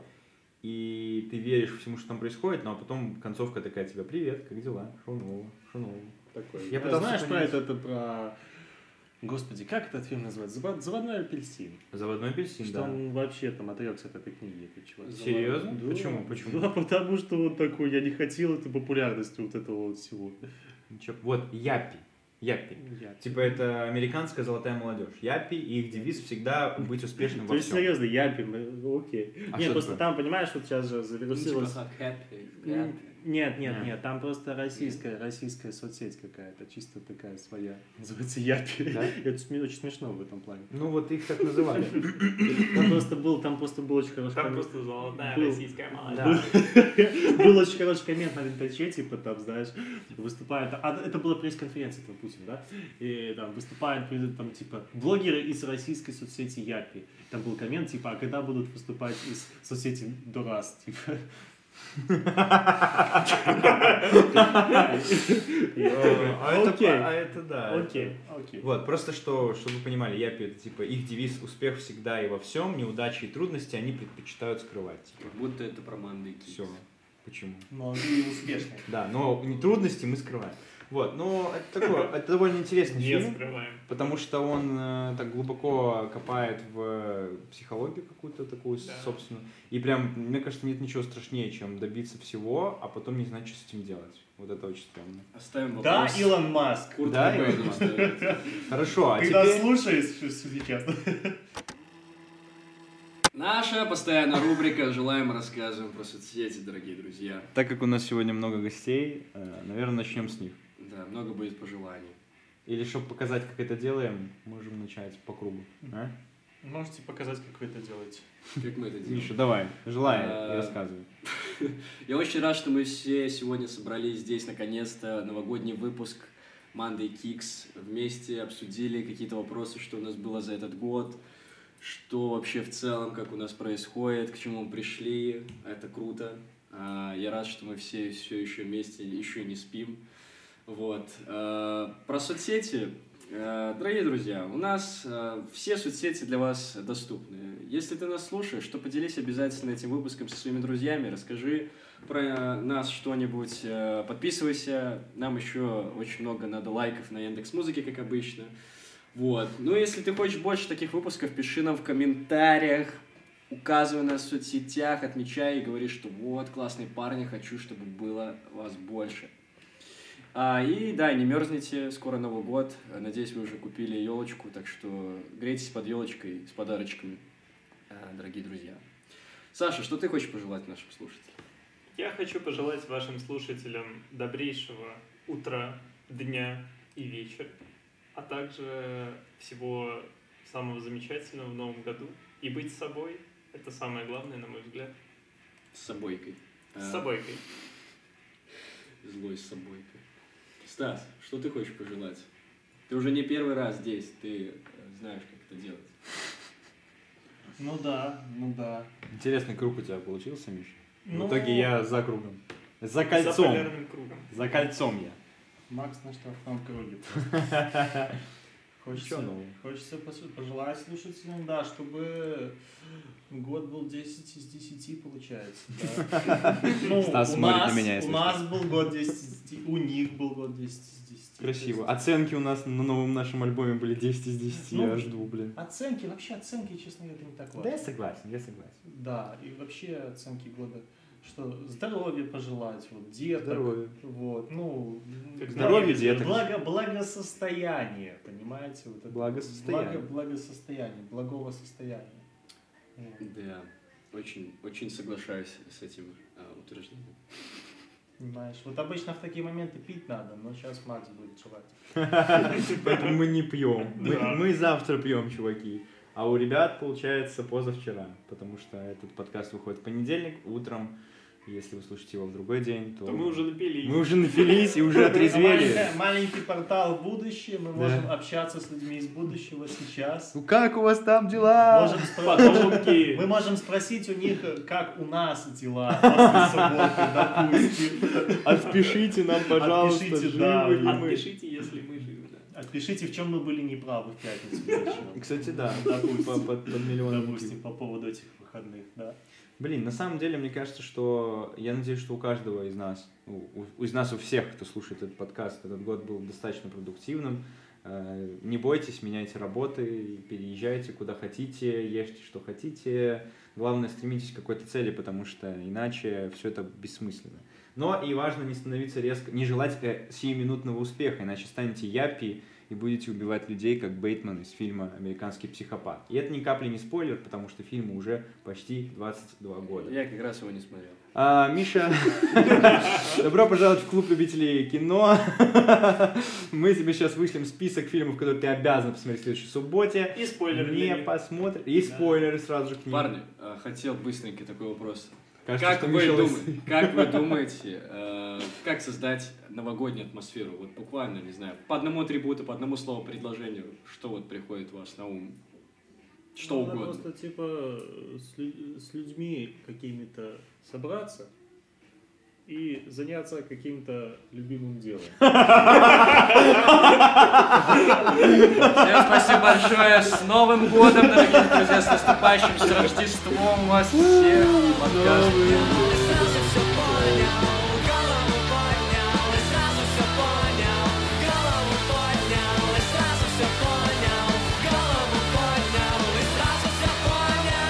и ты веришь всему, что там происходит, но потом концовка такая тебе: привет, как дела? Шо нового? Шо нового? Такой. Я А пытался знаешь про понять. это, это про... Господи, как этот фильм называется? Завод- Заводной апельсин. Заводной апельсин, Что да. он вообще там отрекся от этой книги, этот чувак. Серьезно? Да. Почему? Почему? Да, потому что он такой, я не хотел этой популярности вот этого вот всего. Ничего. Вот, Яппи. Яппи. Я- Типа это американская золотая молодежь. Яппи, и их девиз всегда быть успешным То во есть, всем. серьезно, Япи, мы- ну, окей. А Нет, что просто такое? там, понимаешь, вот сейчас же Ну, типа завирусилось... как happy, М, happy. Нет, нет, А. нет, там просто российская, российская соцсеть какая-то, чисто такая своя. Называется Япи. Да? Это сме- очень смешно в этом плане. Ну вот их так называли. Там просто был, там просто был очень хороший Там коммент. просто золотая Был. российская молодежь. Да. Был очень хороший коммент на Винтаче, типа там, знаешь, выступает, а это была пресс-конференция, там, Путин, да, и там выступает, там, типа, блогеры из российской соцсети Япи. Там был коммент, типа, а когда будут выступать из соцсети Дурас, типа. А это Окей. а это да. Окей, это- окей. Вот, просто что, чтобы вы понимали, Япи это типа их девиз: успех всегда и во всем, неудачи и трудности они предпочитают скрывать. Как будто это про Манды Все. Почему? Но он не успешный. Да, но не трудности мы скрываем. Вот, но это такое, это довольно интересный Не фильм. скрываем. Потому что он э, так глубоко копает в психологию какую-то такую Да. собственную. И прям, мне кажется, нет ничего страшнее, чем добиться всего, а потом не знать, что с этим делать. Вот это очень странно. Оставим Да, вопрос. Илон Маск. Курт Да, Кобейну Илон Маск? оставим. Хорошо, а Когда теперь... слушаешь, что сейчас. Наша постоянная рубрика «Желаем, рассказываем про соцсети», дорогие друзья. Так как у нас сегодня много гостей, э, наверное, начнем с них. Да, много будет пожеланий. Или чтобы показать, как это делаем, можем начать по кругу. А? Можете показать, как вы это делаете. Как мы это делаем? Миша, давай, желай А, и рассказывай. Я очень рад, что мы все сегодня собрались здесь, наконец-то, новогодний выпуск Monday Kicks. Вместе обсудили какие-то вопросы, что у нас было за этот год, что вообще в целом, как у нас происходит, к чему мы пришли. Это круто. А, Я рад, что мы все все еще вместе, еще и не спим. Вот. А, Про соцсети. А, Дорогие друзья, у нас а, все соцсети для вас доступны. Если ты нас слушаешь, то поделись обязательно этим выпуском со своими друзьями, расскажи про нас что-нибудь, а, подписывайся. Нам еще очень много надо лайков на Яндекс.Музыке, как обычно. Вот. Ну, если ты хочешь больше таких выпусков, пиши нам в комментариях, указывай нас в соцсетях, отмечай и говори, что вот, классные парни, хочу, чтобы было вас больше. А, и да, не мерзните, скоро Новый год. Надеюсь, вы уже купили елочку, так что грейтесь под елочкой с подарочками, а, дорогие друзья. Саша, что ты хочешь пожелать нашим слушателям? Я хочу пожелать вашим слушателям добрейшего утра, дня и вечера, а также всего самого замечательного в новом году. И быть собой – это самое главное, на мой взгляд. С собойкой. С А, собойкой. злой с собой. Стас, что ты хочешь пожелать? Ты уже не первый раз здесь, ты знаешь, как это делать. Ну да, ну да. Интересный круг у тебя получился, Миша. Ну, В итоге я за кругом. За За кольцом. полярным кругом. За кольцом я. Макс на штрафном круге просто. Хочется, Ничего нового. хочется пос- пожелать слушателям, да, чтобы год был десять из десяти, получается. Да. Ну, Стас у смотрит нас, на меня, если у нас был год десять из десяти, у них был год десять из десяти. Красиво. То есть Оценки у нас на новом нашем альбоме были десять из десяти, Ну, я жду, блин. Оценки, вообще оценки, честно говоря, это не так Да, важно. я согласен, я согласен. Да, и вообще оценки года, что здоровья пожелать, вот, деток, Здоровья. вот, ну, Так здоровья, благо- деток. благо, благосостояние, понимаете, вот это, Благосостояние. благо- благосостояние, благого состояния. Вот. Да, очень, очень соглашаюсь с этим а, утверждением. Понимаешь, вот обычно в такие моменты пить надо, но сейчас Макс будет желать. Поэтому мы не пьем. Мы, Да. мы завтра пьем, чуваки. А у ребят, получается, позавчера. Потому что этот подкаст выходит в понедельник утром. Если вы слушаете его в другой день, то... То мы уже напились. Мы уже напились и уже отрезвели. Маленькая- Маленький портал в будущее, мы Да. можем общаться с людьми из будущего сейчас. Ну как у вас там дела? Можем спро- Потомки. Мы можем спросить у них, как у нас дела после субботы, допустим. Отпишите нам, пожалуйста, Отпишите, живы да. ли мы. Отпишите, если мы живы. Да. Отпишите, в чем мы были неправы в пятницу вечером. Кстати, да, Допустим. по, по- под миллион Допустим, по поводу этих выходных, да. Блин, на самом деле, мне кажется, что я надеюсь, что у каждого из нас, у, у- из нас у всех, кто слушает этот подкаст, этот год был достаточно продуктивным. Э, Не бойтесь, меняйте работы, переезжайте куда хотите, ешьте что хотите. Главное, стремитесь к какой-то цели, потому что иначе все это бессмысленно. Но и важно не становиться резко, не желать э, сиюминутного успеха, иначе станете япи и будете убивать людей, как Бейтман из фильма «Американский психопат». И это ни капли не спойлер, потому что фильму уже почти двадцать два года. Я как раз его не смотрел. А, Миша, добро пожаловать в клуб любителей кино. Мы тебе сейчас вышлем список фильмов, которые ты обязан посмотреть в следующей субботе. И спойлеры для Не них. посмотришь. И спойлеры сразу же к ним. Парни, а, хотел быстренький такой вопрос. Кажется, Как что вы, Миша лыс. думаете, как вы думаете, э, как создать новогоднюю атмосферу? Вот буквально, не знаю, по одному атрибуту, по одному слову, предложению, что вот приходит у вас на ум? Что Ну, надо угодно. просто, типа, с, лю- с людьми какими-то собраться и заняться каким-то любимым делом. Всем спасибо большое. С Новым годом, дорогие друзья, с наступающим, с Рождеством вас всех. Подкаст. Сразу все понял, голову поднял, и сразу все понял, голову поднял, и сразу все понял, голову поднял, и сразу все понял.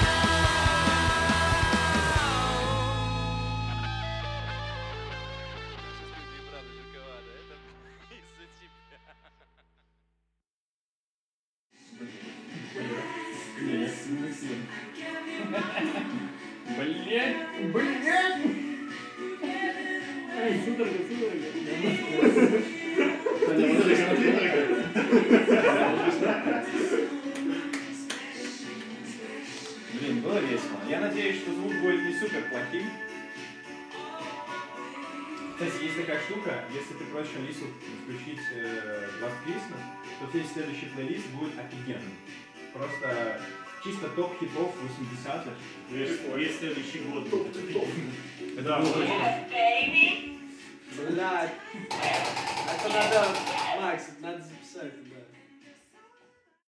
Блять, блять. Ай, судорога, Блин, было весело. Я надеюсь, что звук будет не супер плохим. Кстати, есть такая штука, если ты просишь Алису включить э, Last Christmas, то весь следующий плейлист будет офигенным. Просто чисто топ хитов восьмидесятых. Весь следующий год. Это будет очень-